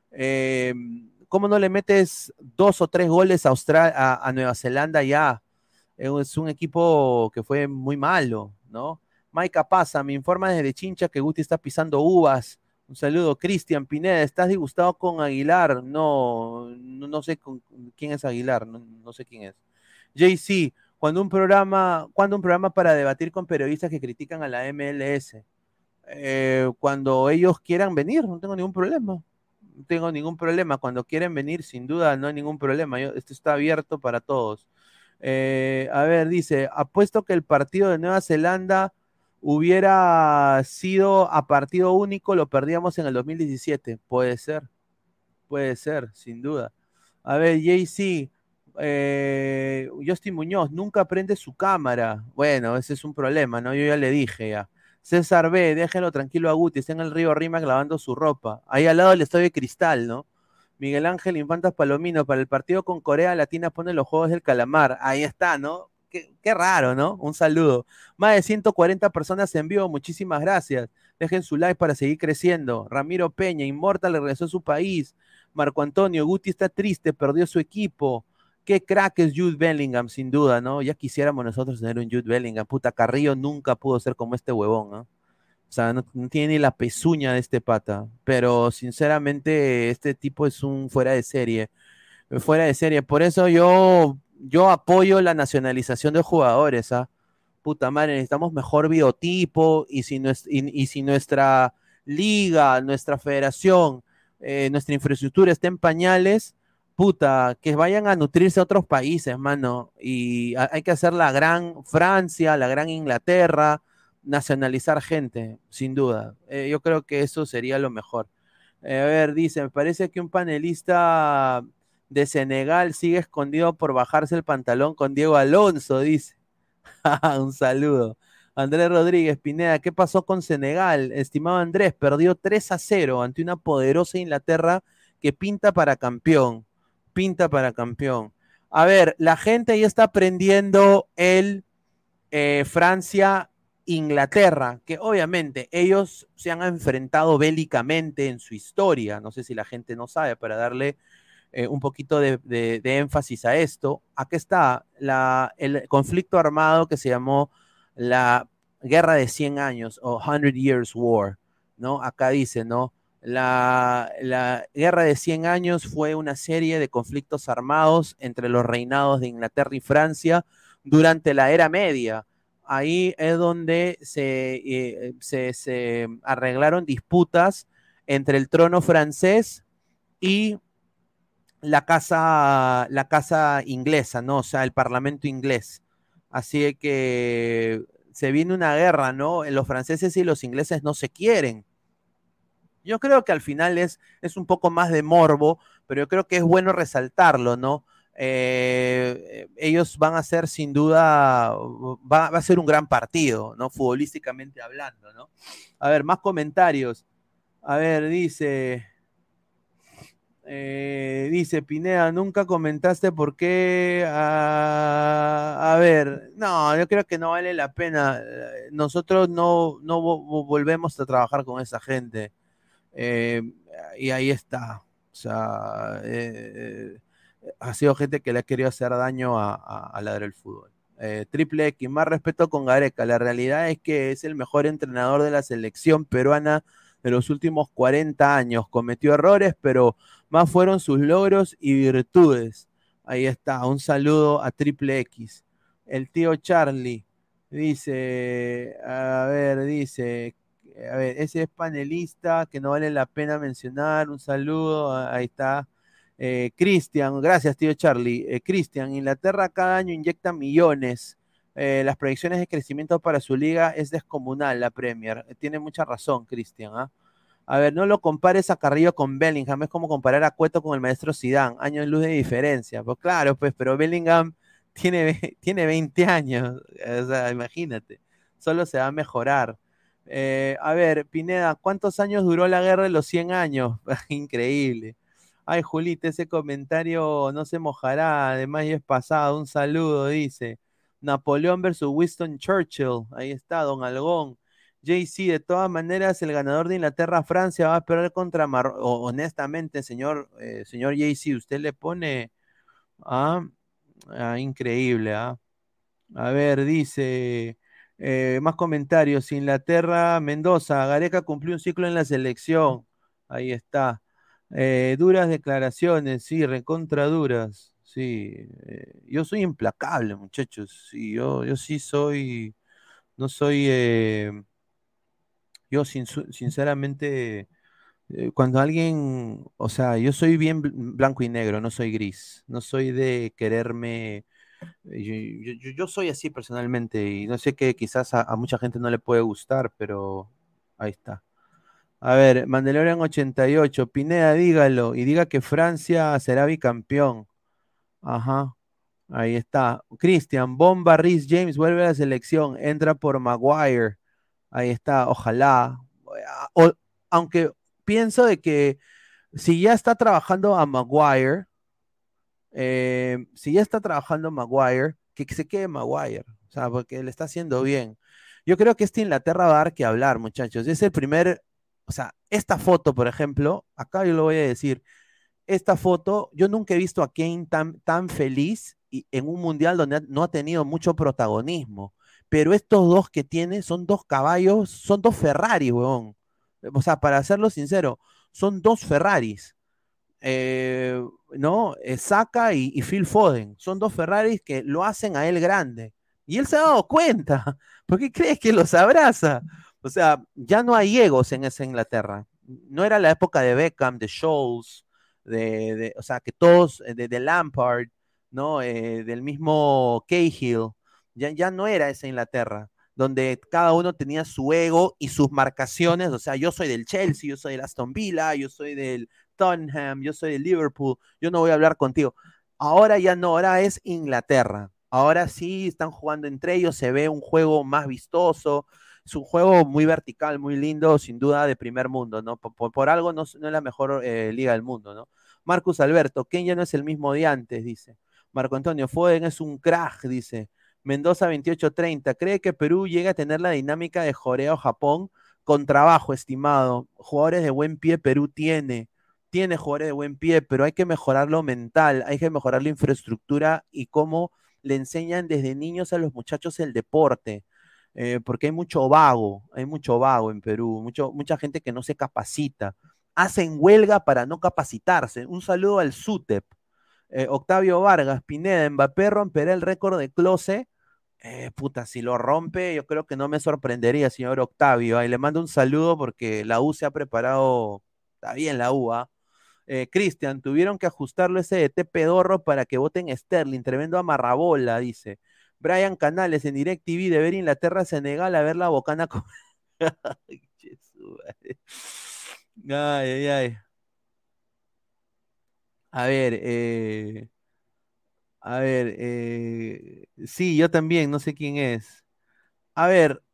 Eh, ¿Cómo no le metes dos o tres goles a, Austral a, a Nueva Zelanda ya? Es un equipo que fue muy malo, ¿no? Maika Pasa, me informa desde Chincha que Guti está pisando uvas. Un saludo, Cristian Pineda, ¿estás disgustado con Aguilar? No, no, no sé con, quién es Aguilar, no, no sé quién es. J C, cuando un programa, cuando un programa para debatir con periodistas que critican a la M L S, eh, cuando ellos quieran venir, no tengo ningún problema. No tengo ningún problema. Cuando quieren venir, sin duda, no hay ningún problema. Yo, esto está abierto para todos. Eh, a ver, dice, apuesto que el partido de Nueva Zelanda hubiera sido a partido único, lo perdíamos en el dos mil diecisiete. Puede ser, puede ser, sin duda. A ver, Jay-Z, eh, Justin Muñoz, nunca prende su cámara. Bueno, ese es un problema, ¿no? Yo ya le dije ya. César B, déjenlo tranquilo a Guti, está en el río Rímac lavando su ropa. Ahí al lado del estadio de Cristal, ¿no? Miguel Ángel Infantas Palomino, para el partido con Corea Latina pone los Juegos del Calamar. Ahí está, ¿no? Qué, qué raro, ¿no? Un saludo. Más de ciento cuarenta personas en vivo, muchísimas gracias. Dejen su like para seguir creciendo. Ramiro Peña, Inmortal regresó a su país. Marco Antonio, Guti está triste, perdió su equipo. Qué crack es Jude Bellingham, sin duda, ¿no? Ya quisiéramos nosotros tener un Jude Bellingham. Puta, Carrillo nunca pudo ser como este huevón, ¿no? O sea, no, no tiene ni la pezuña de este pata. Pero sinceramente, este tipo es un fuera de serie. Fuera de serie. Por eso yo, yo apoyo la nacionalización de jugadores, ¿ah? Puta madre, necesitamos mejor biotipo. Y si, nues- y, y si nuestra liga, nuestra federación, eh, nuestra infraestructura está en pañales, puta, que vayan a nutrirse a otros países, mano. Y ha- hay que hacer la gran Francia, la gran Inglaterra, nacionalizar gente, sin duda. Eh, yo creo que eso sería lo mejor. Eh, a ver, dice, me parece que un panelista de Senegal sigue escondido por bajarse el pantalón con Diego Alonso, dice. Un saludo. Andrés Rodríguez, Pineda, ¿qué pasó con Senegal? Estimado Andrés, perdió tres a cero ante una poderosa Inglaterra que pinta para campeón. Pinta para campeón. A ver, la gente ya está aprendiendo el eh, Francia-Inglaterra, que obviamente ellos se han enfrentado bélicamente en su historia. No sé si la gente no sabe, para darle eh, un poquito de, de, de, énfasis a esto. Aquí está la, el conflicto armado que se llamó la Guerra de cien años o Hundred Years War, ¿no? Acá dice, ¿no? La, la Guerra de cien años fue una serie de conflictos armados entre los reinados de Inglaterra y Francia durante la Era Media. Ahí es donde se, eh, se, se arreglaron disputas entre el trono francés y la casa, la casa inglesa, ¿no? O sea, el parlamento inglés. Así que se viene una guerra, ¿no? Los franceses y los ingleses no se quieren. Yo creo que al final es, es un poco más de morbo, pero yo creo que es bueno resaltarlo, ¿no? Eh, ellos van a ser sin duda, va, va a ser un gran partido, ¿no? Futbolísticamente hablando, ¿no? A ver, más comentarios. A ver, dice... Eh, dice Pineda, nunca comentaste por qué. A, a ver, no, yo creo que no vale la pena. Nosotros no, no vo volvemos a trabajar con esa gente. Eh, y ahí está. O sea, eh, ha sido gente que le ha querido hacer daño a, a, a la del fútbol. Eh, Triple X, más respeto con Gareca. La realidad es que es el mejor entrenador de la selección peruana de los últimos cuarenta años. Cometió errores, pero más fueron sus logros y virtudes. Ahí está, un saludo a Triple X. El tío Charlie dice, a ver, dice, a ver, ese es panelista que no vale la pena mencionar, un saludo, ahí está. Eh, Cristian, gracias tío Charlie. Eh, Cristian, Inglaterra cada año inyecta millones. Eh, las proyecciones de crecimiento para su liga es descomunal, la Premier. Eh, tiene mucha razón, Cristian. ¿eh? A ver, no lo compares a Carrillo con Bellingham, es como comparar a Cueto con el maestro Zidane, años de luz de diferencia. Pues claro, pues, pero Bellingham tiene, tiene veinte años, o sea, imagínate, solo se va a mejorar. Eh, a ver, Pineda, ¿cuántos años duró la guerra de los cien años? Increíble. Ay, Julita, ese comentario no se mojará, además ya es pasado, un saludo, dice. Napoleón versus Winston Churchill, ahí está, Don Algón. Jay-Z, de todas maneras, el ganador de Inglaterra-Francia va a perder contra Marruecos. Honestamente, señor, eh, señor Jay-Z, usted le pone. Ah, ah, increíble, ¿ah? A ver, dice. Eh, más comentarios. Inglaterra, Mendoza, Gareca cumplió un ciclo en la selección. Ahí está. Eh, duras declaraciones, sí, recontra duras. Sí, eh, yo soy implacable, muchachos. Sí, yo, yo sí soy. No soy. Eh, yo sin- sinceramente, eh, cuando alguien, o sea, yo soy bien bl- blanco y negro, no soy gris, no soy de quererme, eh, yo, yo- yo soy así personalmente y no sé que quizás a, a mucha gente no le puede gustar, pero ahí está. A ver, Mandalorian ochenta y ocho, Pineda, dígalo y diga que Francia será bicampeón. Ajá, ahí está. Cristian, Bomba, Rhys James vuelve a la selección, entra por Maguire. Ahí está, ojalá. O- aunque pienso de que si ya está trabajando a Maguire, eh, si ya está trabajando Maguire, que se quede Maguire, o sea, porque le está haciendo bien. Yo creo que esta Inglaterra va a dar que hablar, muchachos. Es el primer, o sea, esta foto, por ejemplo, acá yo lo voy a decir, esta foto, yo nunca he visto a Kane tan, tan feliz y en un mundial donde no ha tenido mucho protagonismo. Pero estos dos que tiene son dos caballos, son dos Ferrari, weón. O sea, para serlo sincero, son dos Ferraris. Eh, ¿no? Eh, Saka y, y Phil Foden. Son dos Ferraris que lo hacen a él grande. Y él se ha dado cuenta. ¿Por qué crees que los abraza? O sea, ya no hay egos en esa Inglaterra. No era la época de Beckham, de Scholes, de, de o sea, que todos, eh, de, de Lampard, ¿no? Eh, del mismo Cahill. Ya, ya no era esa Inglaterra. donde cada uno tenía su ego y sus marcaciones, o sea, yo soy del Chelsea, yo soy del Aston Villa, yo soy del Tottenham, yo soy del Liverpool, yo no voy a hablar contigo. Ahora ya no, ahora es Inglaterra. Ahora sí están jugando entre ellos, se ve un juego más vistoso, es un juego muy vertical, muy lindo, sin duda de primer mundo, ¿no? Por, por, por algo no, no, es la mejor eh, liga del mundo, ¿no? Marcus Alberto, Ken ya no es el mismo de antes, dice. Marco Antonio, Foden es un crack, dice. Mendoza veintiocho treinta, ¿cree que Perú llega a tener la dinámica de Corea o Japón? Con trabajo, estimado. Jugadores de buen pie Perú tiene. Tiene jugadores de buen pie, pero hay que mejorar lo mental, hay que mejorar la infraestructura y cómo le enseñan desde niños a los muchachos el deporte. Eh, porque hay mucho vago, hay mucho vago en Perú, mucho, mucha gente que no se capacita. Hacen huelga para no capacitarse. Un saludo al SUTEP. Eh, Octavio Vargas, Pineda, Mbappé romperá el récord de Close. Eh, puta, si lo rompe, yo creo que no me sorprendería, señor Octavio. Ahí le mando un saludo porque la U se ha preparado, está bien la U, ¿ah? Eh, Cristian, tuvieron que ajustarlo ese de T pedorro para que voten Sterling, tremendo amarrabola, dice. Brian Canales en DirecTV de ver Inglaterra-Senegal a ver la bocana con... Ay, Jesús, ay, ay, ay. A ver, eh, a ver, eh, sí, yo también, no sé quién es. A ver,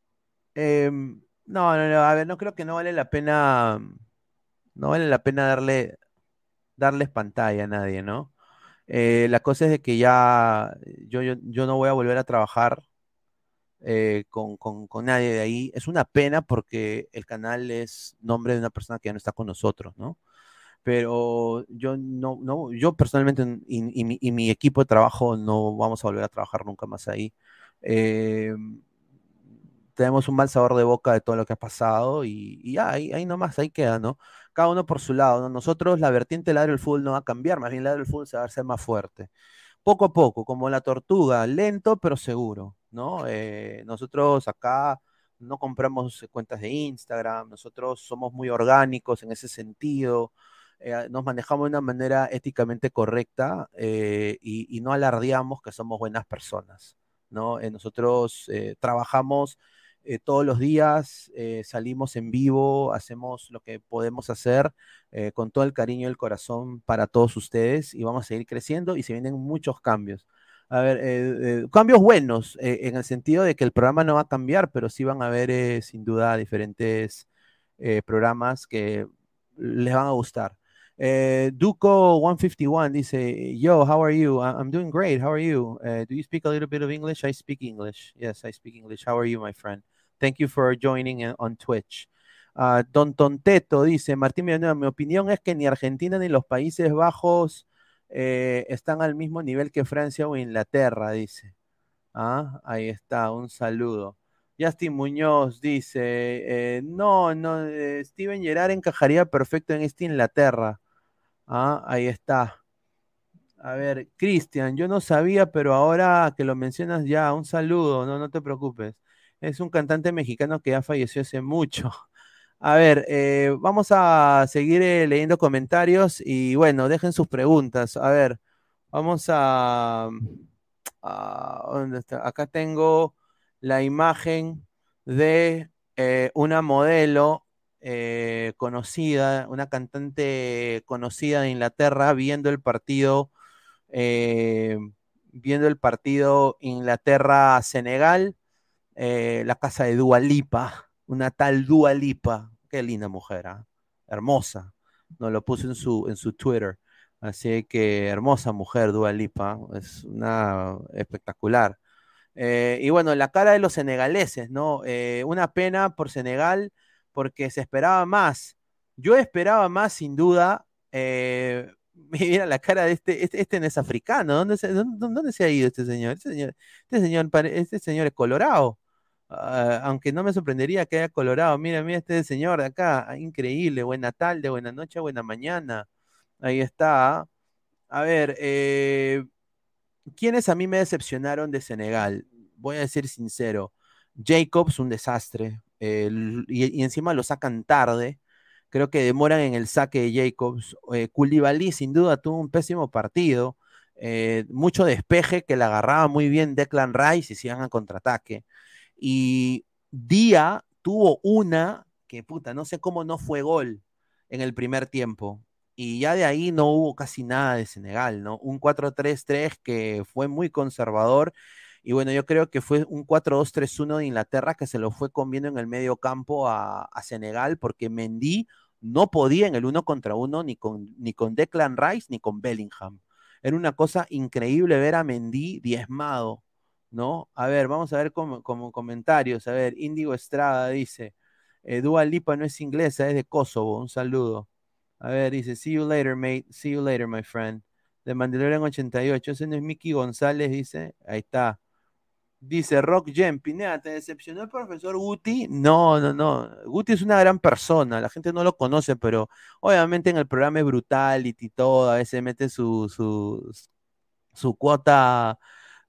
em, no, no, no, a ver, no creo que no vale la pena, no vale la pena darle, darles pantalla a nadie, ¿no? Eh, la cosa es de que ya yo, yo, yo no voy a volver a trabajar eh, con, con, con nadie de ahí. Es una pena porque el canal es nombre de una persona que ya no está con nosotros, ¿no? Pero yo no, no, yo personalmente y, y mi, y mi equipo de trabajo no vamos a volver a trabajar nunca más ahí. Eh, tenemos un mal sabor de boca de todo lo que ha pasado y, y ya, ahí, ahí nomás, ahí queda, ¿no? Cada uno por su lado, ¿no? Nosotros, la vertiente Ladre del Fútbol no va a cambiar, más bien Ladre del Fútbol se va a hacer más fuerte. Poco a poco, como la tortuga, lento pero seguro, ¿no? Eh, nosotros acá no compramos cuentas de Instagram, nosotros somos muy orgánicos en ese sentido, eh, nos manejamos de una manera éticamente correcta eh, y, y no alardeamos que somos buenas personas, ¿no? Eh, nosotros eh, trabajamos eh, todos los días, eh, salimos en vivo, hacemos lo que podemos hacer eh, con todo el cariño y el corazón para todos ustedes y vamos a seguir creciendo y se vienen muchos cambios. A ver, eh, eh, cambios buenos, eh, en el sentido de que el programa no va a cambiar, pero sí van a haber eh, sin duda diferentes eh, programas que les van a gustar. Eh, Duco ciento cincuenta y uno dice, yo, how are you? I- I'm doing great. How are you? Uh, do you speak a little bit of English? I speak English. Yes, I speak English. How are you, my friend? Thank you for joining in- on Twitch. Uh, Don Tonteto dice, Martín Villanueva, mi opinión es que ni Argentina ni los Países Bajos eh, están al mismo nivel que Francia o Inglaterra, dice. Ah, ahí está, un saludo. Justin Muñoz dice, eh, no, no, eh, Steven Gerrard encajaría perfecto en esta Inglaterra. Ah, ahí está. A ver, Cristian, yo no sabía, pero ahora que lo mencionas ya, un saludo, no, no te preocupes. Es un cantante mexicano que ya falleció hace mucho. A ver, eh, vamos a seguir eh, leyendo comentarios y bueno, dejen sus preguntas. A ver, vamos a, a- ¿dónde está? Acá tengo la imagen de eh, una modelo eh, conocida, una cantante conocida de Inglaterra viendo el partido, eh, viendo el partido Inglaterra-Senegal, eh, la casa de Dua Lipa, una tal Dua Lipa, qué linda mujer, ¿ah? Hermosa, nos lo puso en su, en su Twitter, así que hermosa mujer Dua Lipa, es una espectacular. Eh, y bueno, la cara de los senegaleses, ¿no? Eh, una pena por Senegal porque se esperaba más. Yo esperaba más, sin duda. Eh, mira la cara de este, este, este no es africano. ¿Dónde se, dónde, dónde se ha ido este señor? Este señor, este señor, pare- este señor es colorado. Ah, aunque no me sorprendería que haya colorado. Mira, mira este señor de acá. Ah, increíble. Buena tarde, buena noche, buena mañana. Ahí está. ¿Ah? A ver, eh, ¿quiénes a mí me decepcionaron de Senegal? Voy a decir sincero. Jacobs, un desastre. eh, y, y encima lo sacan tarde. Creo que demoran en el saque de Jacobs. Eh, Koulibaly, sin duda, tuvo un pésimo partido. eh, mucho despeje que la agarraba muy bien Declan Rice y se iban a contraataque. Y Día tuvo una que, puta, no sé cómo no fue gol en el primer tiempo. Y ya de ahí no hubo casi nada de Senegal, ¿no? Un cuatro tres tres que fue muy conservador. Y bueno, yo creo que fue un cuatro dos tres uno de Inglaterra que se lo fue comiendo en el medio campo a, a Senegal porque Mendy no podía en el uno contra uno ni con, ni con Declan Rice ni con Bellingham. Era una cosa increíble ver a Mendy diezmado, ¿no? A ver, vamos a ver como, como comentarios. A ver, Índigo Estrada dice, eh, Dua Lipa no es inglesa, es de Kosovo. Un saludo. A ver, dice, see you later, mate. See you later, my friend. De Mandalorian ochenta y ocho. Ese no es Mickey González, dice. Ahí está. Dice Rock Jen, Pineda, ¿te decepcionó el profesor Guti? No, no, no. Guti es una gran persona, la gente no lo conoce, pero obviamente en el programa es Brutality y todo, a veces mete su, su, su cuota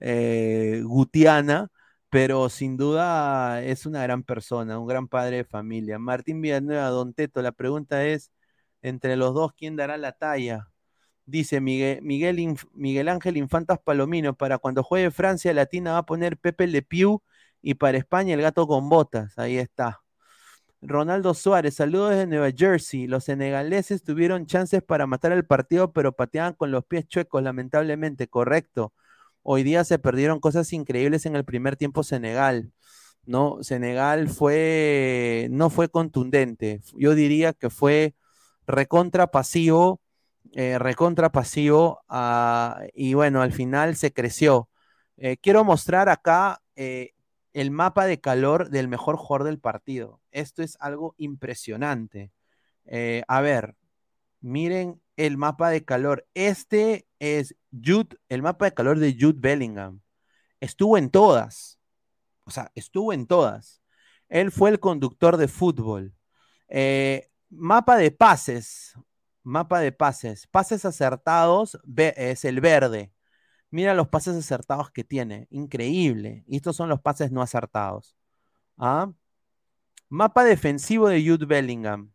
eh, gutiana, pero sin duda es una gran persona, un gran padre de familia. Martín Villanueva, Don Teto, la pregunta es, entre los dos, ¿quién dará la talla? Dice Miguel, Miguel, Inf- Miguel Ángel Infantas Palomino, para cuando juegue Francia Latina va a poner Pepe Le Pew y para España el gato con botas. Ahí está. Ronaldo Suárez, saludos desde Nueva Jersey. Los senegaleses tuvieron chances para matar el partido, pero pateaban con los pies chuecos, lamentablemente, correcto. Hoy día se perdieron cosas increíbles en el primer tiempo Senegal, ¿no? Senegal fue, no fue contundente. Yo diría que fue recontra pasivo, eh, recontra pasivo, ah, y bueno, al final se creció. Eh, quiero mostrar acá eh, el mapa de calor del mejor jugador del partido. Esto es algo impresionante. Eh, a ver, miren el mapa de calor. Este es Jude, el mapa de calor de Jude Bellingham. Estuvo en todas, o sea, estuvo en todas. Él fue el conductor de fútbol. Eh, mapa de pases, mapa de pases, pases acertados ve- es el verde. Mira los pases acertados que tiene, increíble. Y estos son los pases no acertados. ¿Ah? Mapa defensivo de Jude Bellingham.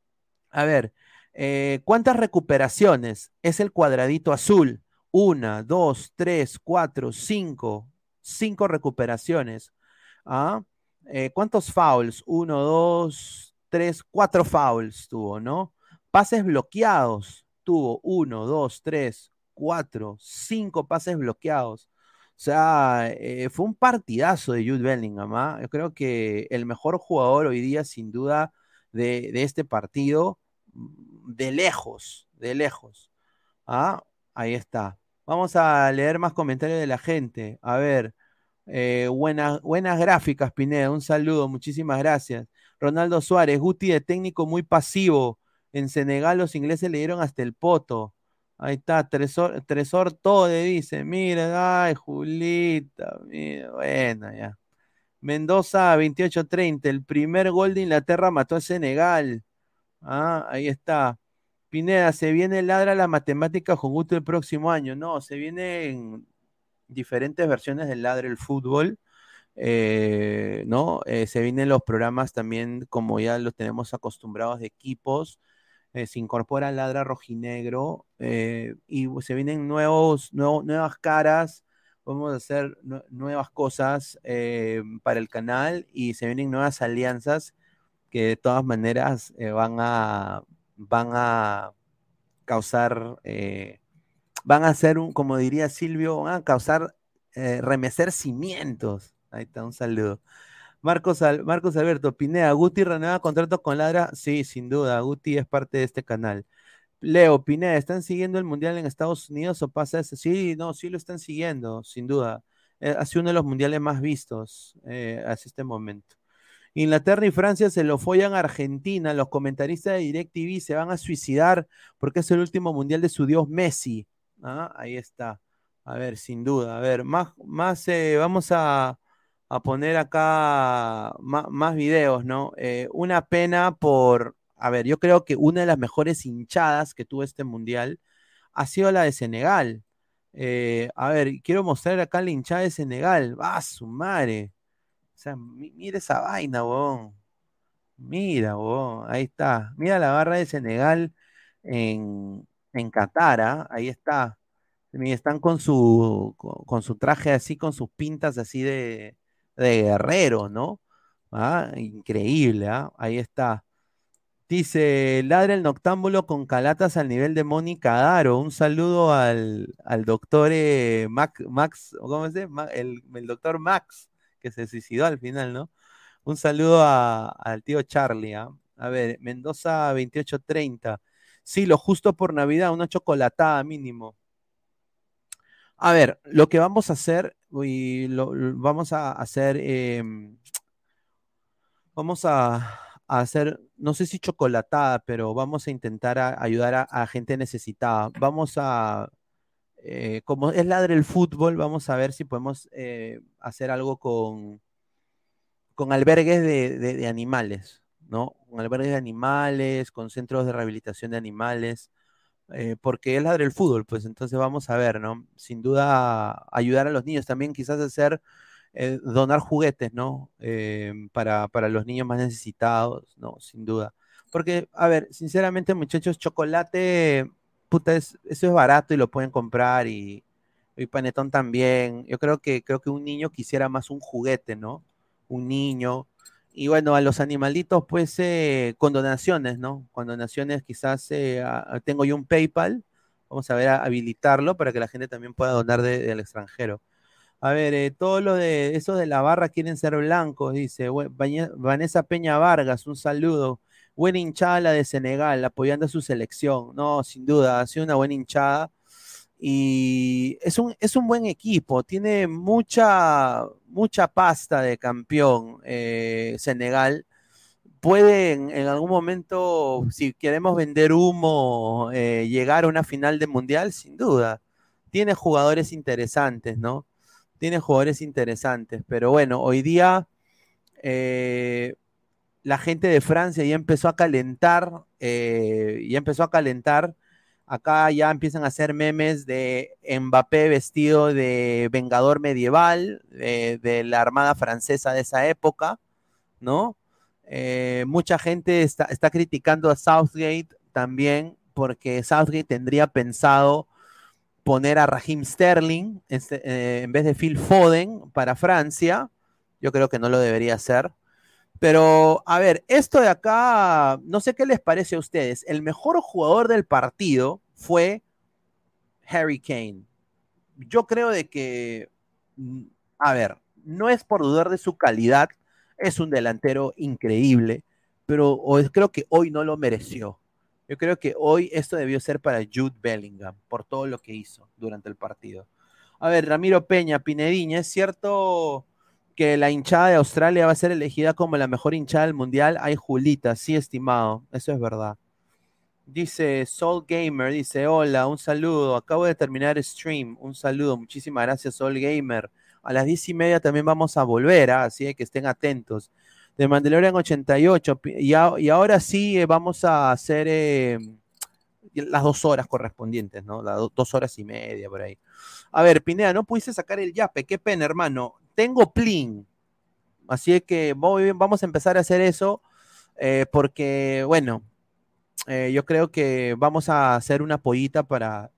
A ver, eh, ¿cuántas recuperaciones? Es el cuadradito azul. Una, dos, tres, cuatro, cinco. Cinco recuperaciones. ¿Ah? Eh, ¿cuántos fouls? Uno, dos, tres, cuatro fouls tuvo, ¿no? Pases bloqueados. Tuvo uno, dos, tres, cuatro, cinco pases bloqueados. O sea, eh, fue un partidazo de Jude Bellingham, ¿ah? Yo creo que el mejor jugador hoy día, sin duda, de, de este partido, de lejos, de lejos. Ah, ahí está. Vamos a leer más comentarios de la gente. A ver, eh, buenas, buenas gráficas, Pineda. Un saludo, muchísimas gracias. Ronaldo Suárez, Guti de técnico muy pasivo. En Senegal los ingleses le dieron hasta el poto. Ahí está, Tresor, Tresor Tode dice, mira, ay, Julita, mira, bueno, ya. Mendoza veintiocho treinta, el primer gol de Inglaterra mató a Senegal. Ah, ahí está. Pineda, se viene Ladra la matemática con gusto el próximo año. No, se vienen diferentes versiones del Ladra el fútbol. eh, ¿no? Eh, se vienen los programas también, como ya los tenemos acostumbrados, de equipos. Eh, se incorpora Ladra Rojinegro eh, y se vienen nuevos, nuevo- nuevas caras. Vamos a hacer nue- nuevas cosas eh, para el canal y se vienen nuevas alianzas que de todas maneras eh, van a, van a causar, eh, van a hacer un, como diría Silvio, van a causar, eh, remecer cimientos. Ahí está, un saludo. Marcos, Al- Marcos Alberto Pineda, Guti renueva contrato con Ladra. Sí, sin duda, Guti es parte de este canal. Leo, Pineda, ¿están siguiendo el Mundial en Estados Unidos o pasa eso? Sí, no, sí lo están siguiendo, sin duda. Eh, ha sido uno de los mundiales más vistos eh, hasta este momento. Inglaterra y Francia se lo follan a Argentina. Los comentaristas de DirecTV se van a suicidar porque es el último mundial de su dios Messi. Ah, ahí está. A ver, sin duda. A ver, más, más eh, vamos a, a poner acá más, más videos, ¿no? Eh, una pena por, a ver, yo creo que una de las mejores hinchadas que tuvo este mundial ha sido la de Senegal. Eh, a ver, quiero mostrar acá la hinchada de Senegal. ¡Ah, su madre! O sea, mi- mira esa vaina, weón. Mira, weón. Ahí está. Mira la barra de Senegal en, en Qatar, ¿ah? Ahí está. Mira, están con su, con, con su traje así, con sus pintas así de, de Guerrero, ¿no? Ah, increíble, ¿ah? Ahí está. Dice, ladra el noctámbulo con calatas al nivel de Mónica Daro. Un saludo al, al doctor eh, Mac- Max, ¿cómo se llama? Ma- El, el doctor Max, que se suicidó al final, ¿no? Un saludo a- al tío Charlie, ¿ah? A ver, Mendoza veintiocho treinta. Sí, lo justo por Navidad, una chocolatada mínimo. A ver, lo que vamos a hacer, y lo, lo- vamos a hacer, em, vamos a, a hacer, no sé si chocolatada, pero vamos a intentar a- ayudar a, a gente necesitada. Vamos a, eh, como es ladre el fútbol, vamos a ver si podemos eh, hacer algo con, con albergues de, de- de animales, ¿no? Con albergues de animales, con centros de rehabilitación de animales, eh, porque es ladre el fútbol, pues entonces vamos a ver, ¿no? Sin duda ayudar a los niños, también quizás hacer eh, donar juguetes, ¿no? Eh, para, para los niños más necesitados, ¿no? Sin duda. Porque, a ver, sinceramente, muchachos, chocolate, puta, es- eso es barato y lo pueden comprar y, y panetón también. Yo creo que, creo que un niño quisiera más un juguete, ¿no? Un niño. Y bueno, a los animalitos, pues, eh, con donaciones, ¿no? Con donaciones, quizás eh, a- tengo yo un PayPal. Vamos a ver, a habilitarlo para que la gente también pueda donar de- del extranjero. A ver, eh, todo lo de esos de la barra quieren ser blancos, dice Bue- Bañe- Vanessa Peña Vargas, un saludo. Buena hinchada la de Senegal, apoyando a su selección. No, sin duda, ha sido una buena hinchada. Y es un, es un buen equipo, tiene mucha, mucha pasta de campeón eh, Senegal. Puede en, en algún momento, si queremos vender humo, eh, llegar a una final de mundial, sin duda. Tiene jugadores interesantes, ¿no? Tiene jugadores interesantes, pero bueno, hoy día eh, la gente de Francia ya empezó a calentar, eh, ya empezó a calentar. Acá ya empiezan a hacer memes de Mbappé vestido de vengador medieval, de, de la Armada Francesa de esa época, ¿no? Eh, mucha gente está, está criticando a Southgate también porque Southgate tendría pensado poner a Raheem Sterling este, eh, en vez de Phil Foden para Francia. Yo creo que no lo debería hacer. Pero, a ver, esto de acá, no sé qué les parece a ustedes. El mejor jugador del partido fue Harry Kane. Yo creo de que, mm, a ver, no es por dudar de su calidad, es un delantero increíble, pero o es- creo que hoy no lo mereció. Yo creo que hoy esto debió ser para Jude Bellingham, por todo lo que hizo durante el partido. A ver, Ramiro Peña, Pinediña, ¿es cierto que la hinchada de Australia va a ser elegida como la mejor hinchada del mundial? Ay, Julita, sí, estimado, eso es verdad. Dice Soul Gamer, dice, hola, un saludo, acabo de terminar stream, un saludo, muchísimas gracias Soul Gamer. A las diez y media también vamos a volver, ¿ah? Así que estén atentos. De Mandalorian ochenta y ocho, y, a- y ahora sí eh, vamos a hacer eh, las dos horas correspondientes, ¿no? Las do- dos horas y media por ahí. A ver, Pineda, no pudiste sacar el yape, qué pena, hermano. Tengo Plin, así que voy- vamos a empezar a hacer eso, eh, porque, bueno, eh, yo creo que vamos a hacer una pollita para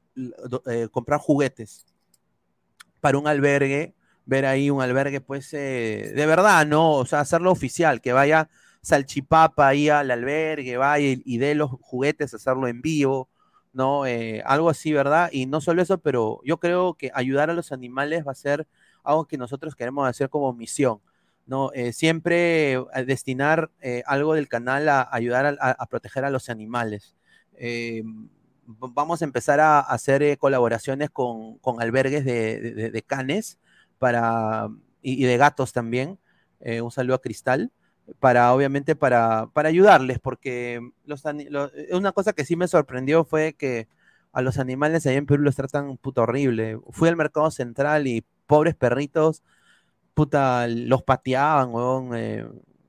eh, comprar juguetes para un albergue, ver ahí un albergue, pues, eh, de verdad, ¿no? O sea, hacerlo oficial, que vaya Salchipapa ahí al albergue, vaya y, y dé los juguetes, hacerlo en vivo, ¿no? Eh, algo así, ¿verdad? Y no solo eso, pero yo creo que ayudar a los animales va a ser algo que nosotros queremos hacer como misión, ¿no? Eh, siempre eh, destinar eh, algo del canal a ayudar a, a- a proteger a los animales. Eh, vamos a empezar a, a hacer eh, colaboraciones con, con albergues de, de- de canes para, y, y de gatos también. Eh, un saludo a Cristal, para obviamente para, para ayudarles, porque los, ani- lo- una cosa que sí me sorprendió fue que a los animales allá en Perú los tratan puta horrible. Fui al mercado central y pobres perritos, puta, los pateaban, huevón, eh,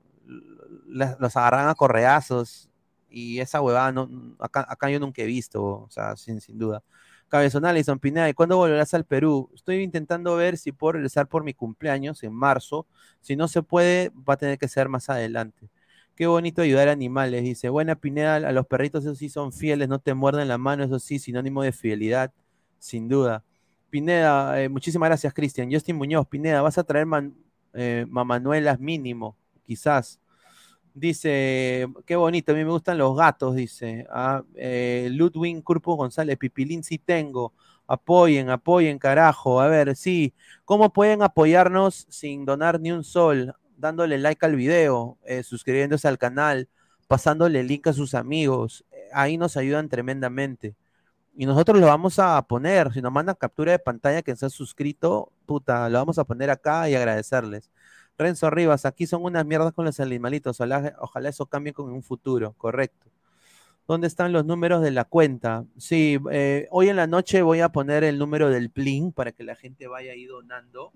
la- los agarraban a correazos y esa huevada no, acá, acá yo nunca he visto, o sea, sin, sin duda. Cabezón Alison Pineda, ¿y cuándo volverás al Perú? Estoy intentando ver si puedo regresar por mi cumpleaños en marzo. Si no se puede, va a tener que ser más adelante. Qué bonito ayudar a animales, dice. Buena Pineda, a los perritos esos sí son fieles, no te muerden la mano, eso sí, sinónimo de fidelidad, sin duda. Pineda, eh, muchísimas gracias, Cristian. Justin Muñoz, Pineda, ¿vas a traer man- Eh, Mamanuelas mínimo, quizás. Dice, qué bonito, a mí me gustan los gatos, dice. Ah, eh, Ludwig Curpo González, Pipilín sí tengo. Apoyen, apoyen, carajo. A ver, sí. ¿Cómo pueden apoyarnos sin donar ni un sol? Dándole like al video, eh, suscribiéndose al canal, pasándole el link a sus amigos. Eh, ahí nos ayudan tremendamente. Y nosotros lo vamos a poner, si nos mandan captura de pantalla que se ha suscrito, puta, lo vamos a poner acá y agradecerles. Renzo Rivas, aquí son unas mierdas con los animalitos, ojalá, ojalá eso cambie con un futuro, correcto. ¿Dónde están los números de la cuenta? Sí, eh, hoy en la noche voy a poner el número del Plin para que la gente vaya ahí donando.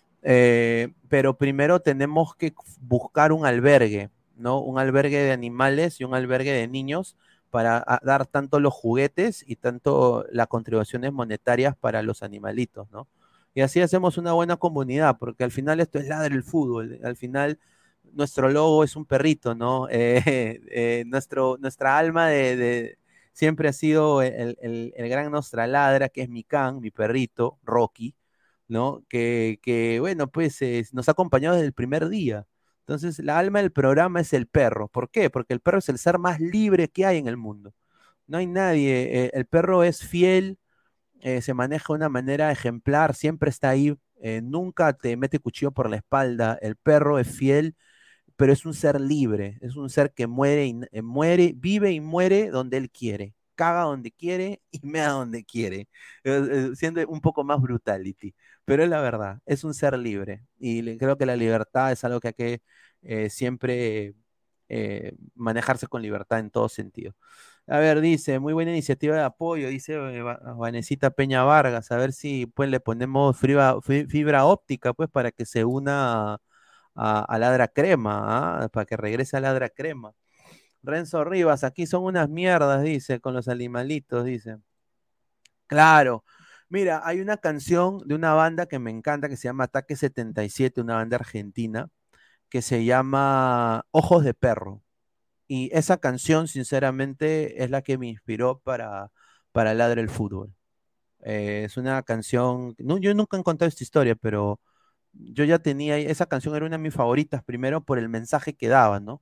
Eh, pero primero tenemos que buscar un albergue, ¿no? Un albergue de animales y un albergue de niños para a, dar tanto los juguetes y tanto las contribuciones monetarias para los animalitos, ¿no? Y así hacemos una buena comunidad, porque al final esto es ladre el fútbol, al final nuestro logo es un perrito, ¿no? Eh, eh, nuestro, nuestra alma de, de, siempre ha sido el, el, el gran Nostra Ladra, que es mi can, mi perrito, Rocky, ¿no? Que, que bueno, pues eh, nos ha acompañado desde el primer día. Entonces, la alma del programa es el perro. ¿Por qué? Porque el perro es el ser más libre que hay en el mundo. No hay nadie. Eh, el perro es fiel, eh, se maneja de una manera ejemplar, siempre está ahí, eh, nunca te mete cuchillo por la espalda. El perro es fiel, pero es un ser libre, es un ser que muere y eh, muere, vive y muere donde él quiere, caga donde quiere y mea donde quiere, eh, eh, siendo un poco más brutality, pero es la verdad, es un ser libre y le, creo que la libertad es algo que hay que eh, siempre eh, manejarse con libertad en todo sentido. A ver, dice, muy buena iniciativa de apoyo, dice eh, Vanesita Peña Vargas, a ver si pues le ponemos fibra, fibra óptica pues para que se una a, a Ladra Crema, ¿ah? Para que regrese a Ladra Crema. Renzo Rivas, aquí son unas mierdas, dice, con los animalitos, dice. Claro. Mira, hay una canción de una banda que me encanta que se llama Ataque setenta y siete, una banda argentina, que se llama Ojos de Perro. Y esa canción, sinceramente, es la que me inspiró para, para Ladra el Fútbol. Eh, es una canción, no, yo nunca he contado esta historia, pero yo ya tenía, esa canción era una de mis favoritas, primero por el mensaje que daba, ¿no?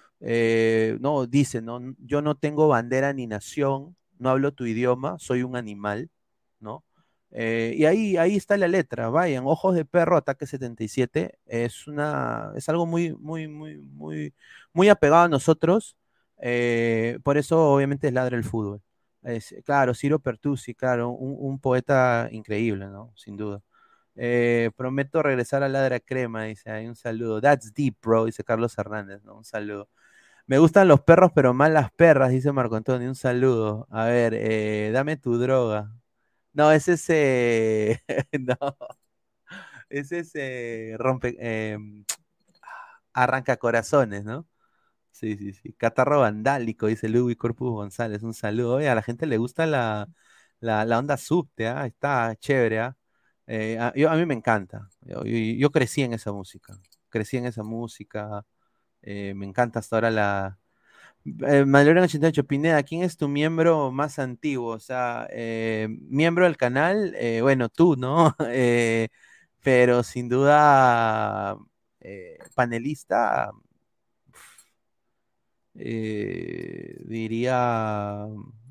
Eh, no, dice, ¿no? Yo no tengo bandera ni nación, no hablo tu idioma, soy un animal, ¿no? Eh, y ahí, ahí está la letra, vayan, Ojos de Perro, Ataque setenta y siete, es una, es algo muy, muy, muy, muy, muy apegado a nosotros, eh, por eso obviamente es Ladra el Fútbol. Es, claro, Ciro Pertusi, claro, un, un poeta increíble, ¿no? Sin duda. Eh, prometo regresar a Ladra Crema, dice, hay un saludo. That's deep, bro, dice Carlos Hernández, ¿no? Un saludo. Me gustan los perros, pero más las perras, dice Marco Antonio. Un saludo. A ver, eh, dame tu droga. No, es ese. No, es ese rompe. Eh, arranca corazones, ¿no? Sí, sí, sí. Catarro vandálico, dice Luis Corpus González. Un saludo. Oye, a la gente le gusta la, la, la onda subte, ¿ah? Está chévere, ¿ah? Eh, a, yo- a mí me encanta. Yo, yo- yo crecí en esa música. Crecí en esa música. Eh, me encanta hasta ahora la. Eh, Mandalorian ochenta y ocho, Pineda, ¿quién es tu miembro más antiguo? O sea, eh, miembro del canal, eh, bueno, tú, ¿no? Eh, pero sin duda, eh, panelista, eh, diría,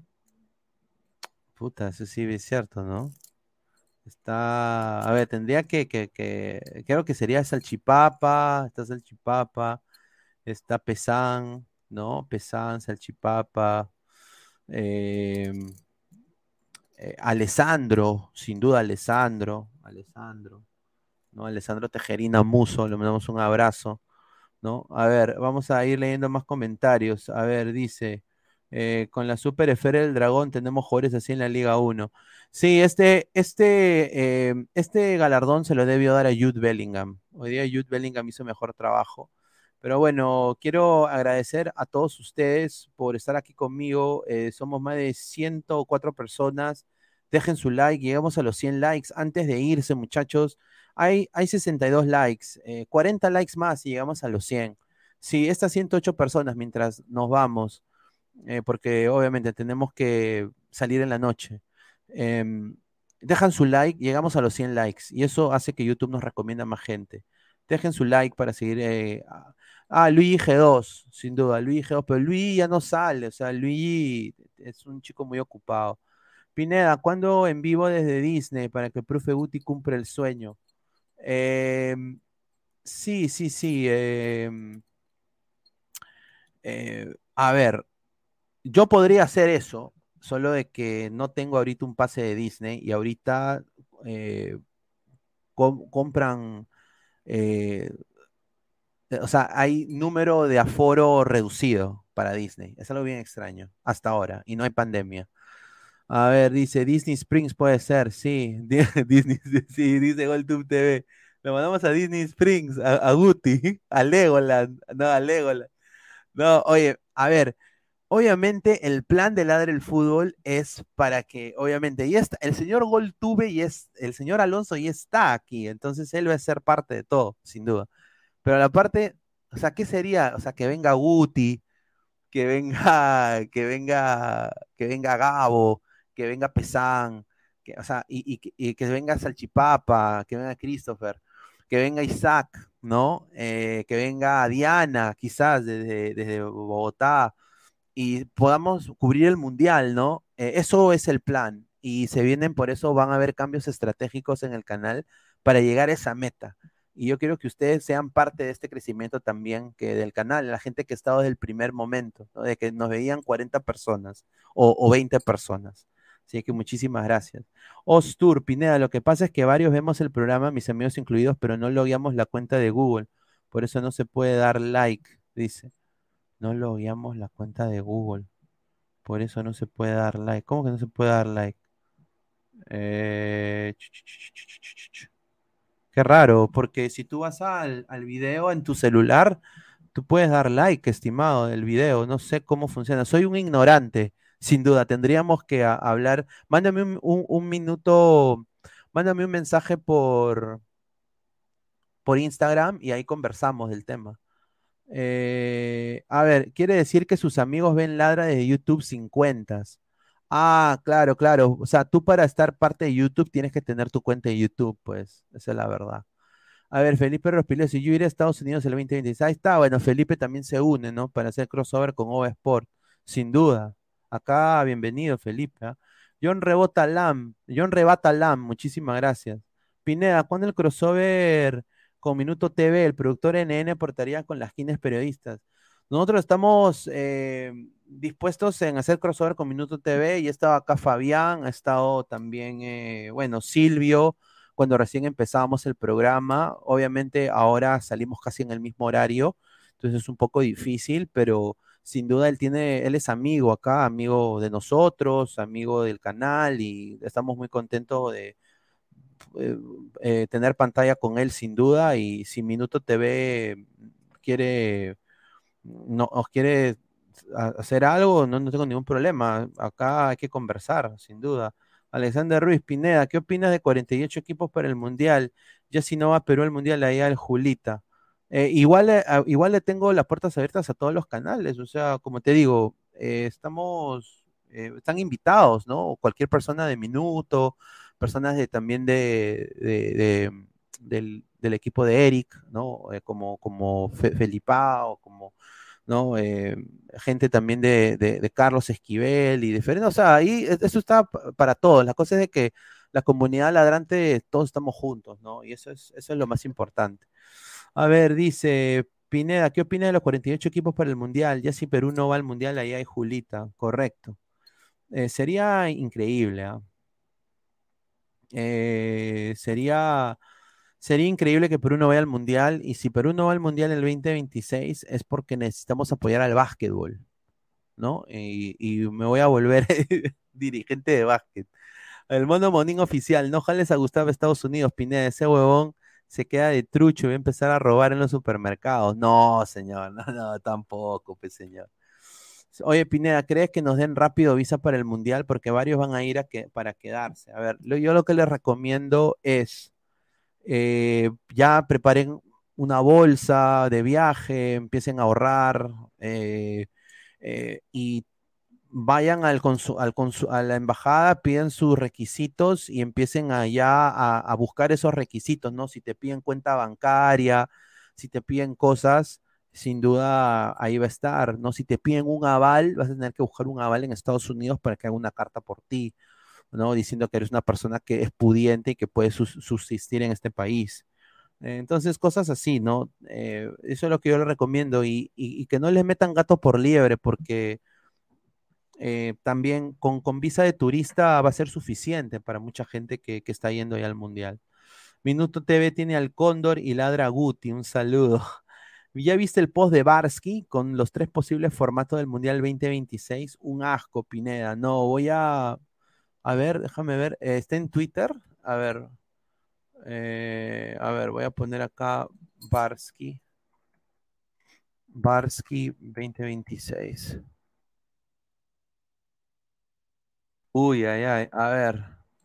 puta, eso sí es cierto, ¿no? Está, a ver, tendría que, que, que, creo que sería Salchipapa, está Salchipapa, está Pesan, ¿no? Pesan, Salchipapa. eh, eh, Alessandro, sin duda Alessandro, Alessandro, ¿no? Alessandro Tejerina Muso, le mandamos un abrazo, ¿no? A ver, vamos a ir leyendo más comentarios. A ver, dice, eh, con la Super Esfera del Dragón tenemos jugadores así en la Liga uno. Sí, este, este, eh, este galardón se lo debió dar a Jude Bellingham. Hoy día Jude Bellingham hizo mejor trabajo. Pero bueno, quiero agradecer a todos ustedes por estar aquí conmigo. Eh, somos más de ciento cuatro personas. Dejen su like, llegamos a los cien likes. Antes de irse, muchachos, hay, hay sesenta y dos likes, eh, cuarenta likes más y llegamos a los cien. Si estas ciento ocho personas, mientras nos vamos, eh, porque obviamente tenemos que salir en la noche, em, dejan su like, llegamos a los cien likes y eso hace que YouTube nos recomienda a más gente. Dejen su like para seguir. Eh, a- ah, Luigi G dos, sin duda, Luigi G dos, pero Luigi ya no sale, o sea, Luigi es un chico muy ocupado. Pineda, ¿cuándo en vivo desde Disney para que el profe Guti cumpla el sueño? Em, sí, sí, sí. em, eh, a ver, yo podría hacer eso, solo de que no tengo ahorita un pase de Disney y ahorita eh, com- compran, eh, o sea, hay número de aforo reducido para Disney. Es algo bien extraño hasta ahora y no hay pandemia. A ver, dice Disney Springs puede ser, sí. Di- Disney, sí, dice GolTube T V. Lo mandamos a Disney Springs, a, a Guti, a Legoland, no, a Legoland. No, oye, a ver, obviamente el plan de Ladre el Fútbol es para que, obviamente, y está, el señor GolTube y es, el señor Alonso ya está aquí, entonces él va a ser parte de todo, sin duda. Pero la parte, o sea, ¿qué sería? O sea, que venga Guti, que venga, que venga, que venga Gabo, que venga Pesán, que, o sea, y, y que y que venga Salchipapa, que venga Christopher, que venga Isaac, ¿no? Eh, que venga Diana, quizás desde, desde Bogotá, y podamos cubrir el mundial, ¿no? Eh, eso es el plan. Y se vienen, por eso van a haber cambios estratégicos en el canal para llegar a esa meta. Y yo quiero que ustedes sean parte de este crecimiento también, que del canal, la gente que ha estado desde el primer momento, ¿no? De que nos veían cuarenta personas o, o veinte personas. Así que muchísimas gracias. Ostur, Pineda, lo que pasa es que varios vemos el programa, mis amigos incluidos, pero no logueamos la cuenta de Google. Por eso no se puede dar like, dice. No logueamos la cuenta de Google. Por eso no se puede dar like. ¿Cómo que no se puede dar like? Eh, ch- ch- ch- ch- ch- ch- ch. Qué raro, porque si tú vas al, al video en tu celular, tú puedes dar like, estimado, del video. No sé cómo funciona. Soy un ignorante, sin duda. Tendríamos que a- hablar. Mándame un, un- un minuto, mándame un mensaje por, por Instagram y ahí conversamos del tema. Eh, a ver, quiere decir que sus amigos ven Ladra de YouTube cincuenta. Ah, claro, claro. O sea, tú para estar parte de YouTube tienes que tener tu cuenta de YouTube, pues. Esa es la verdad. A ver, Felipe Rospiglio, si yo iré a Estados Unidos el dos mil veintiséis, ahí está. Bueno, Felipe también se une, ¿no? Para hacer crossover con Ova Sport. Sin duda. Acá, bienvenido, Felipe. ¿Ah? John Rebota Lam. John Rebata Lam, muchísimas gracias. Pineda, ¿cuándo el crossover con Minuto T V, el productor N N portaría con las quines periodistas? Nosotros estamos eh, dispuestos en hacer crossover con Minuto T V y ha estado acá Fabián, ha estado también, eh, bueno, Silvio, cuando recién empezábamos el programa. Obviamente ahora salimos casi en el mismo horario, entonces es un poco difícil, pero sin duda él tiene, él es amigo acá, amigo de nosotros, amigo del canal y estamos muy contentos de eh, eh, tener pantalla con él sin duda y si Minuto T V quiere, no, os quiere hacer algo, no, no tengo ningún problema. Acá hay que conversar, sin duda. Alexander Ruiz Pineda, ¿qué opinas de cuarenta y ocho equipos para el Mundial? Ya si no va a Perú al Mundial, ahí al Julita. Eh, igual, eh, a- igual le tengo las puertas abiertas a todos los canales, o sea, como te digo, eh, estamos, eh, están invitados, ¿no? Cualquier persona de Minuto, personas de, también de, de- de- del, del equipo de Eric, ¿no? Eh, como, como Fe- Felipao, como ¿no? Eh, gente también de, de- de Carlos Esquivel y diferentes, o sea, ahí e- eso está pa- para todos. La cosa es de que la comunidad ladrante, todos estamos juntos, ¿no? Y eso es, eso es lo más importante. A ver, dice Pineda, ¿qué opina de los cuarenta y ocho equipos para el Mundial? Ya si Perú no va al Mundial, ahí hay Julita, correcto. Eh, sería increíble, ¿ah? Eh, sería, sería increíble que Perú no vaya al Mundial, y si Perú no va al Mundial en el dos mil veintiséis es porque necesitamos apoyar al básquetbol. ¿No? Y, y me voy a volver dirigente de básquet. El mono monín oficial, no jales a Gustavo a Estados Unidos, Pineda, ese huevón se queda de trucho y va a empezar a robar en los supermercados. No, señor, no, no, tampoco, pues, señor. Oye, Pineda, ¿crees que nos den rápido visa para el Mundial? Porque varios van a ir a que, para quedarse. A ver, lo- yo lo que les recomiendo es, eh, ya preparen una bolsa de viaje, empiecen a ahorrar, eh, eh, y vayan al consu- al consu- a la embajada, piden sus requisitos y empiecen allá a, a buscar esos requisitos, ¿no? Si te piden cuenta bancaria, si te piden cosas, sin duda ahí va a estar, ¿no? Si te piden un aval, vas a tener que buscar un aval en Estados Unidos para que haga una carta por ti, ¿no? Diciendo que eres una persona que es pudiente y que puede sus- subsistir en este país. Eh, Entonces, cosas así, ¿no? Eh, eso es lo que yo le recomiendo y, y- y que no les metan gato por liebre, porque eh, también con, con visa de turista va a ser suficiente para mucha gente que, que está yendo ya al Mundial. Minuto T V tiene al Cóndor y ladra Guti, un saludo. ¿Ya viste el post de Barsky con los tres posibles formatos del Mundial dos mil veintiséis? Un asco, Pineda. No, voy a... A ver, déjame ver. eh, ¿está en Twitter? A ver. eh, a ver, voy a poner acá Barsky. Barsky dos mil veintiséis. Uy, ay, ay. A ver.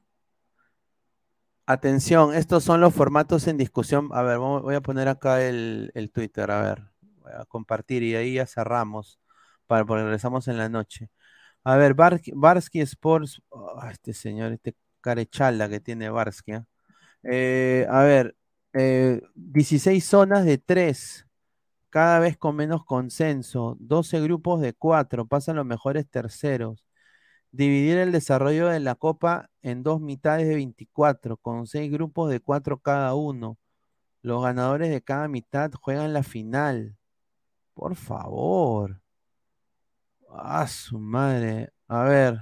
Atención, estos son los formatos en discusión. A ver, vamos- voy a poner acá el, el Twitter, a ver, voy a compartir y ahí ya cerramos, para, porque regresamos en la noche. A ver, Bar- Barsky Sports, oh, este señor, este carechalda que tiene Barsky. ¿Ah? Eh, a ver, eh, dieciséis zonas de tres, cada vez con menos consenso, doce grupos de cuatro, pasan los mejores terceros. Dividir el desarrollo de la Copa en dos mitades de veinticuatro, con seis grupos de cuatro cada uno. Los ganadores de cada mitad juegan la final. Por favor. Ah, su madre. A ver.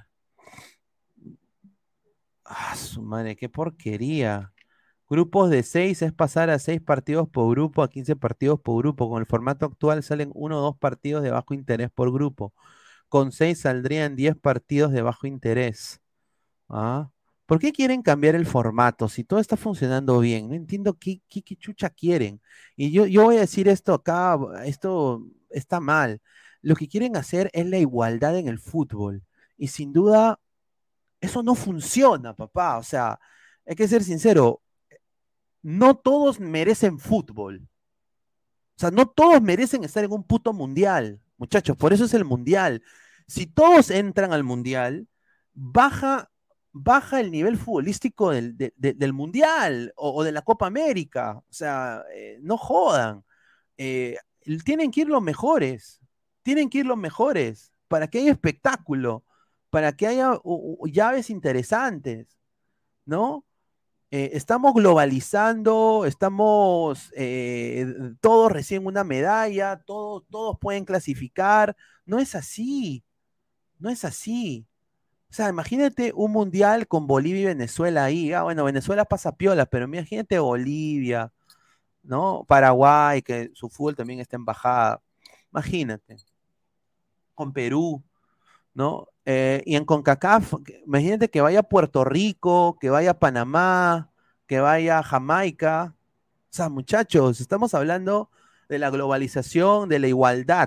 Ah, su madre, qué porquería. Grupos de seis es pasar a seis partidos por grupo, a quince partidos por grupo. Con el formato actual salen uno o dos partidos de bajo interés por grupo. Con seis saldrían diez partidos de bajo interés. Ah, ¿por qué quieren cambiar el formato si todo está funcionando bien? No entiendo qué, qué, qué chucha quieren. Y yo, yo voy a decir esto acá, esto está mal. Lo que quieren hacer es la igualdad en el fútbol. Y sin duda, eso no funciona, papá. O sea, hay que ser sincero, no todos merecen fútbol. O sea, no todos merecen estar en un puto mundial, muchachos, por eso es el mundial. Si todos entran al mundial, baja, baja el nivel futbolístico del, de- de- del mundial o, o de la Copa América. O sea, eh, no jodan. Eh, tienen que ir los mejores, tienen que ir los mejores para que haya espectáculo, para que haya uh, uh, llaves interesantes, ¿no? Eh, estamos globalizando, estamos eh, todos reciben una medalla, todos, todos pueden clasificar. No es así, no es así. O sea, imagínate un mundial con Bolivia y Venezuela ahí. Ah, bueno, Venezuela pasa piola, pero imagínate Bolivia, ¿no? Paraguay, que su fútbol también está en bajada. Imagínate, con Perú, ¿no? Eh, y en CONCACAF, imagínate que vaya a Puerto Rico, que vaya a Panamá, que vaya a Jamaica. O sea, muchachos, estamos hablando de la globalización, de la igualdad.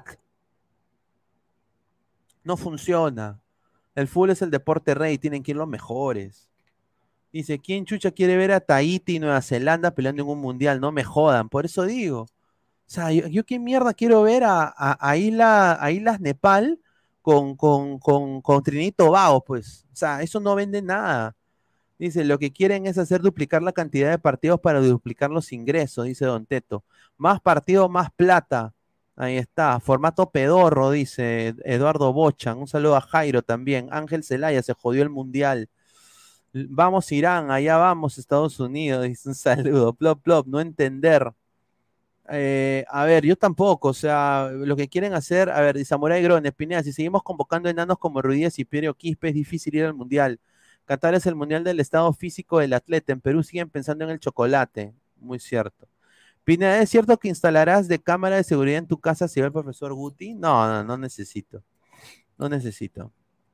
No funciona. El fútbol es el deporte rey, tienen que ir los mejores. Dice, ¿quién chucha quiere ver a Tahiti y Nueva Zelanda peleando en un mundial? No me jodan, por eso digo. O sea, yo, yo qué mierda quiero ver a, a, a Isla- a Islas Nepal con, con, con, con Trinidad y Tobago, pues. O sea, eso no vende nada. Dice, lo que quieren es hacer duplicar la cantidad de partidos para duplicar los ingresos, dice Don Teto. Más partidos, más plata. Ahí está. Formato pedorro, dice Eduardo Bochan. Un saludo a Jairo también. Ángel Zelaya se jodió el mundial. Vamos Irán, allá vamos Estados Unidos. Dice un saludo. Plop, plop, no entender. Eh, a ver, yo tampoco, o sea, lo que quieren hacer, a ver, dice Samurai Grones, Pineda, si seguimos convocando enanos como Ruidíaz y Piero Quispe, es difícil ir al Mundial. Qatar es el Mundial del estado físico del atleta, en Perú siguen pensando en el chocolate, muy cierto. Pineda, ¿es cierto que instalarás de cámara de seguridad en tu casa si va el profesor Guti? No, no, no necesito, no necesito.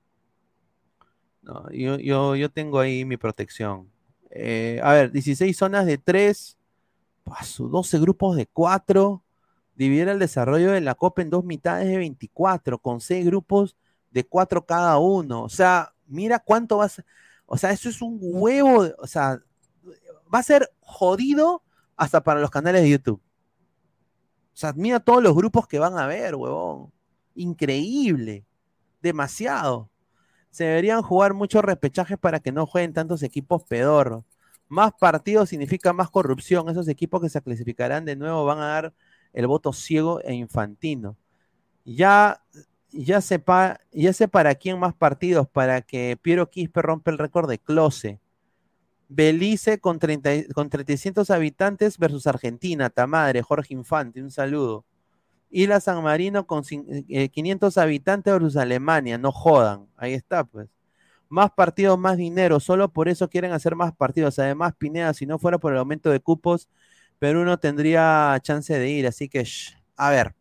No, yo, yo, yo tengo ahí mi protección. Eh, a ver, dieciséis zonas de tres, paso, doce grupos de cuatro. Dividir el desarrollo de la Copa en dos mitades de veinticuatro, con seis grupos de cuatro cada uno. O sea, mira cuánto va a ser. O sea, eso es un huevo. de- O sea, va a ser jodido hasta para los canales de YouTube. O sea, mira todos los grupos que van a ver, huevón. Increíble. demasiado. Se deberían jugar muchos repechajes para que no jueguen tantos equipos pedorros. Más partidos significa más corrupción. Esos equipos que se clasificarán de nuevo van a dar el voto ciego e infantino. Ya, ya, sepa, ya sé para quién más partidos, para que Piero Quispe rompa el récord de Close. Belice con, treinta, con trescientos habitantes versus Argentina, Tamadre, Jorge Infante, un saludo. Isla San Marino con eh, quinientos habitantes versus Alemania, no jodan, ahí está pues. Más partidos, más dinero, solo por eso quieren hacer más partidos. Además, Pineda, si no fuera por el aumento de cupos, Perú no tendría chance de ir, así que, shh, a ver.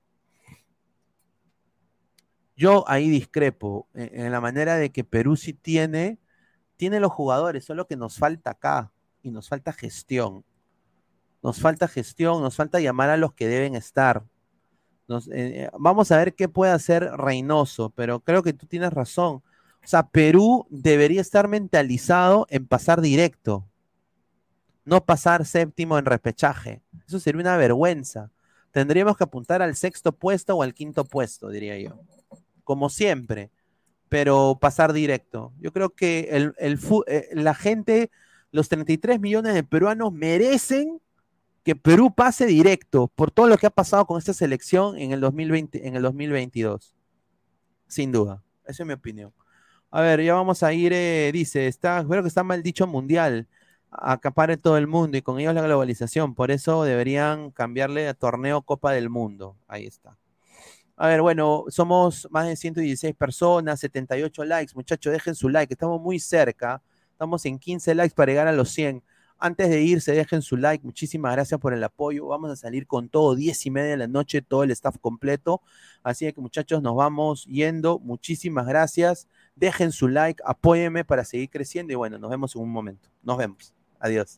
Yo ahí discrepo, en, en la manera de que Perú sí tiene, tiene los jugadores, solo que nos falta acá, y nos falta gestión. Nos falta gestión, nos falta llamar a los que deben estar. Nos, eh, vamos a ver qué puede hacer Reynoso, pero creo que tú tienes razón. O sea, Perú debería estar mentalizado en pasar directo, no pasar séptimo en repechaje. Eso sería una vergüenza. Tendríamos que apuntar al sexto puesto o al quinto puesto, diría yo. Como siempre, pero pasar directo. Yo creo que el, el, eh, la gente, los treinta y tres millones de peruanos merecen que Perú pase directo por todo lo que ha pasado con esta selección en el dos mil veinte, en el dos mil veintidós. Sin duda. Esa es mi opinión. A ver, ya vamos a ir, eh, dice, está, creo que está mal dicho mundial, acapare todo el mundo y con ellos la globalización, por eso deberían cambiarle a torneo Copa del Mundo. Ahí está. A ver, bueno, somos más de ciento dieciséis personas, setenta y ocho likes, muchachos, dejen su like, estamos muy cerca, estamos en quince likes para llegar a los cien. Antes de irse, dejen su like, muchísimas gracias por el apoyo, vamos a salir con todo, diez y media de la noche, todo el staff completo, así que muchachos, nos vamos yendo, muchísimas gracias, dejen su like, apóyenme para seguir creciendo y bueno, nos vemos en un momento, nos vemos, adiós.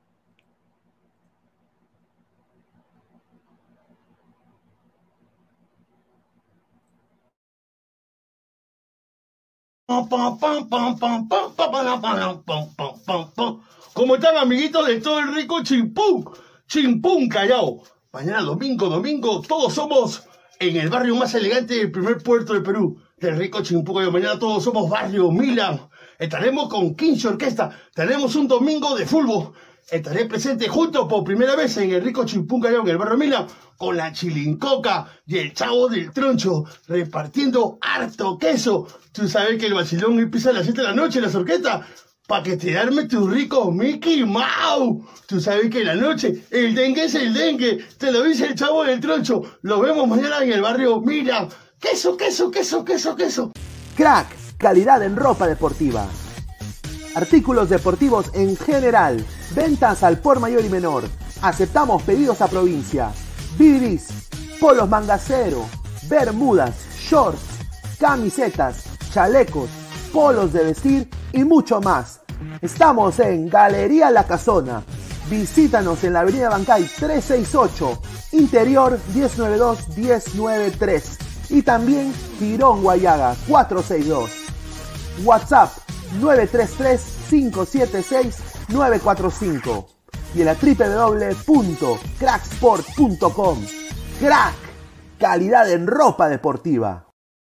¿Cómo están, amiguitos de todo el rico Chimpún? Chimpún Callao. Mañana domingo, domingo, todos somos en el barrio más elegante del primer puerto de Perú, del rico Chimpún Callao. Mañana todos somos barrio Milan. Estaremos con quince Orquesta. Tenemos un domingo de fútbol. Estaré presente junto por primera vez en el rico Chimpún Callao, en el barrio Milan, con la Chilincoca y el Chavo del Troncho, repartiendo harto queso. Tú sabes que el vacilón empieza a las siete de la noche en las orquestas, para que te arme tu rico Mickey Mouse. Tú sabes que en la noche el dengue es el dengue, te lo dice el Chavo del Troncho. Lo vemos mañana en el barrio Milan. Queso, queso, queso, queso, queso. Crack, calidad en ropa deportiva. Artículos deportivos en general. Ventas al por mayor y menor. Aceptamos pedidos a provincia. Bidris, polos mangacero, bermudas, shorts, camisetas, chalecos, polos de vestir y mucho más. Estamos en Galería La Casona. Visítanos en la avenida Bancay trescientos sesenta y ocho, interior diez noventa y dos diez noventa y tres y también Girón Guayaga cuatrocientos sesenta y dos. WhatsApp nueve tres tres cinco siete seis nueve cuatro cinco y en la doble u doble u doble u punto cracksport punto com. Crack, calidad en ropa deportiva.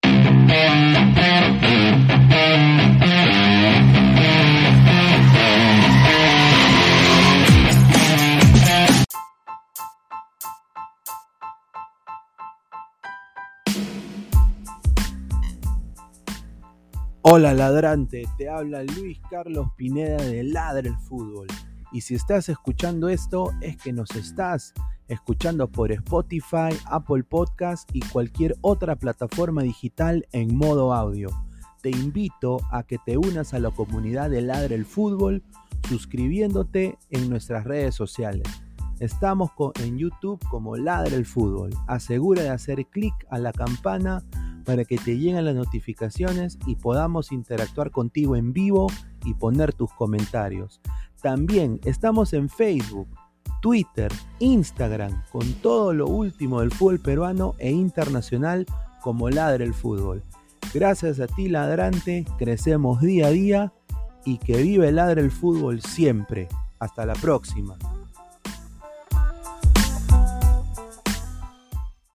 Hola ladrante, te habla Luis Carlos Pineda de Ladra el Fútbol. Y si estás escuchando esto, es que nos estás escuchando por Spotify, Apple Podcast y cualquier otra plataforma digital en modo audio. Te invito a que te unas a la comunidad de Ladra el Fútbol suscribiéndote en nuestras redes sociales. Estamos en YouTube como Ladra el Fútbol. Asegura de hacer clic a la campana para que te lleguen las notificaciones y podamos interactuar contigo en vivo y poner tus comentarios. También estamos en Facebook, Twitter, Instagram, con todo lo último del fútbol peruano e internacional como Ladra el Fútbol. Gracias a ti, ladrante, crecemos día a día y que vive Ladra el Fútbol siempre. Hasta la próxima.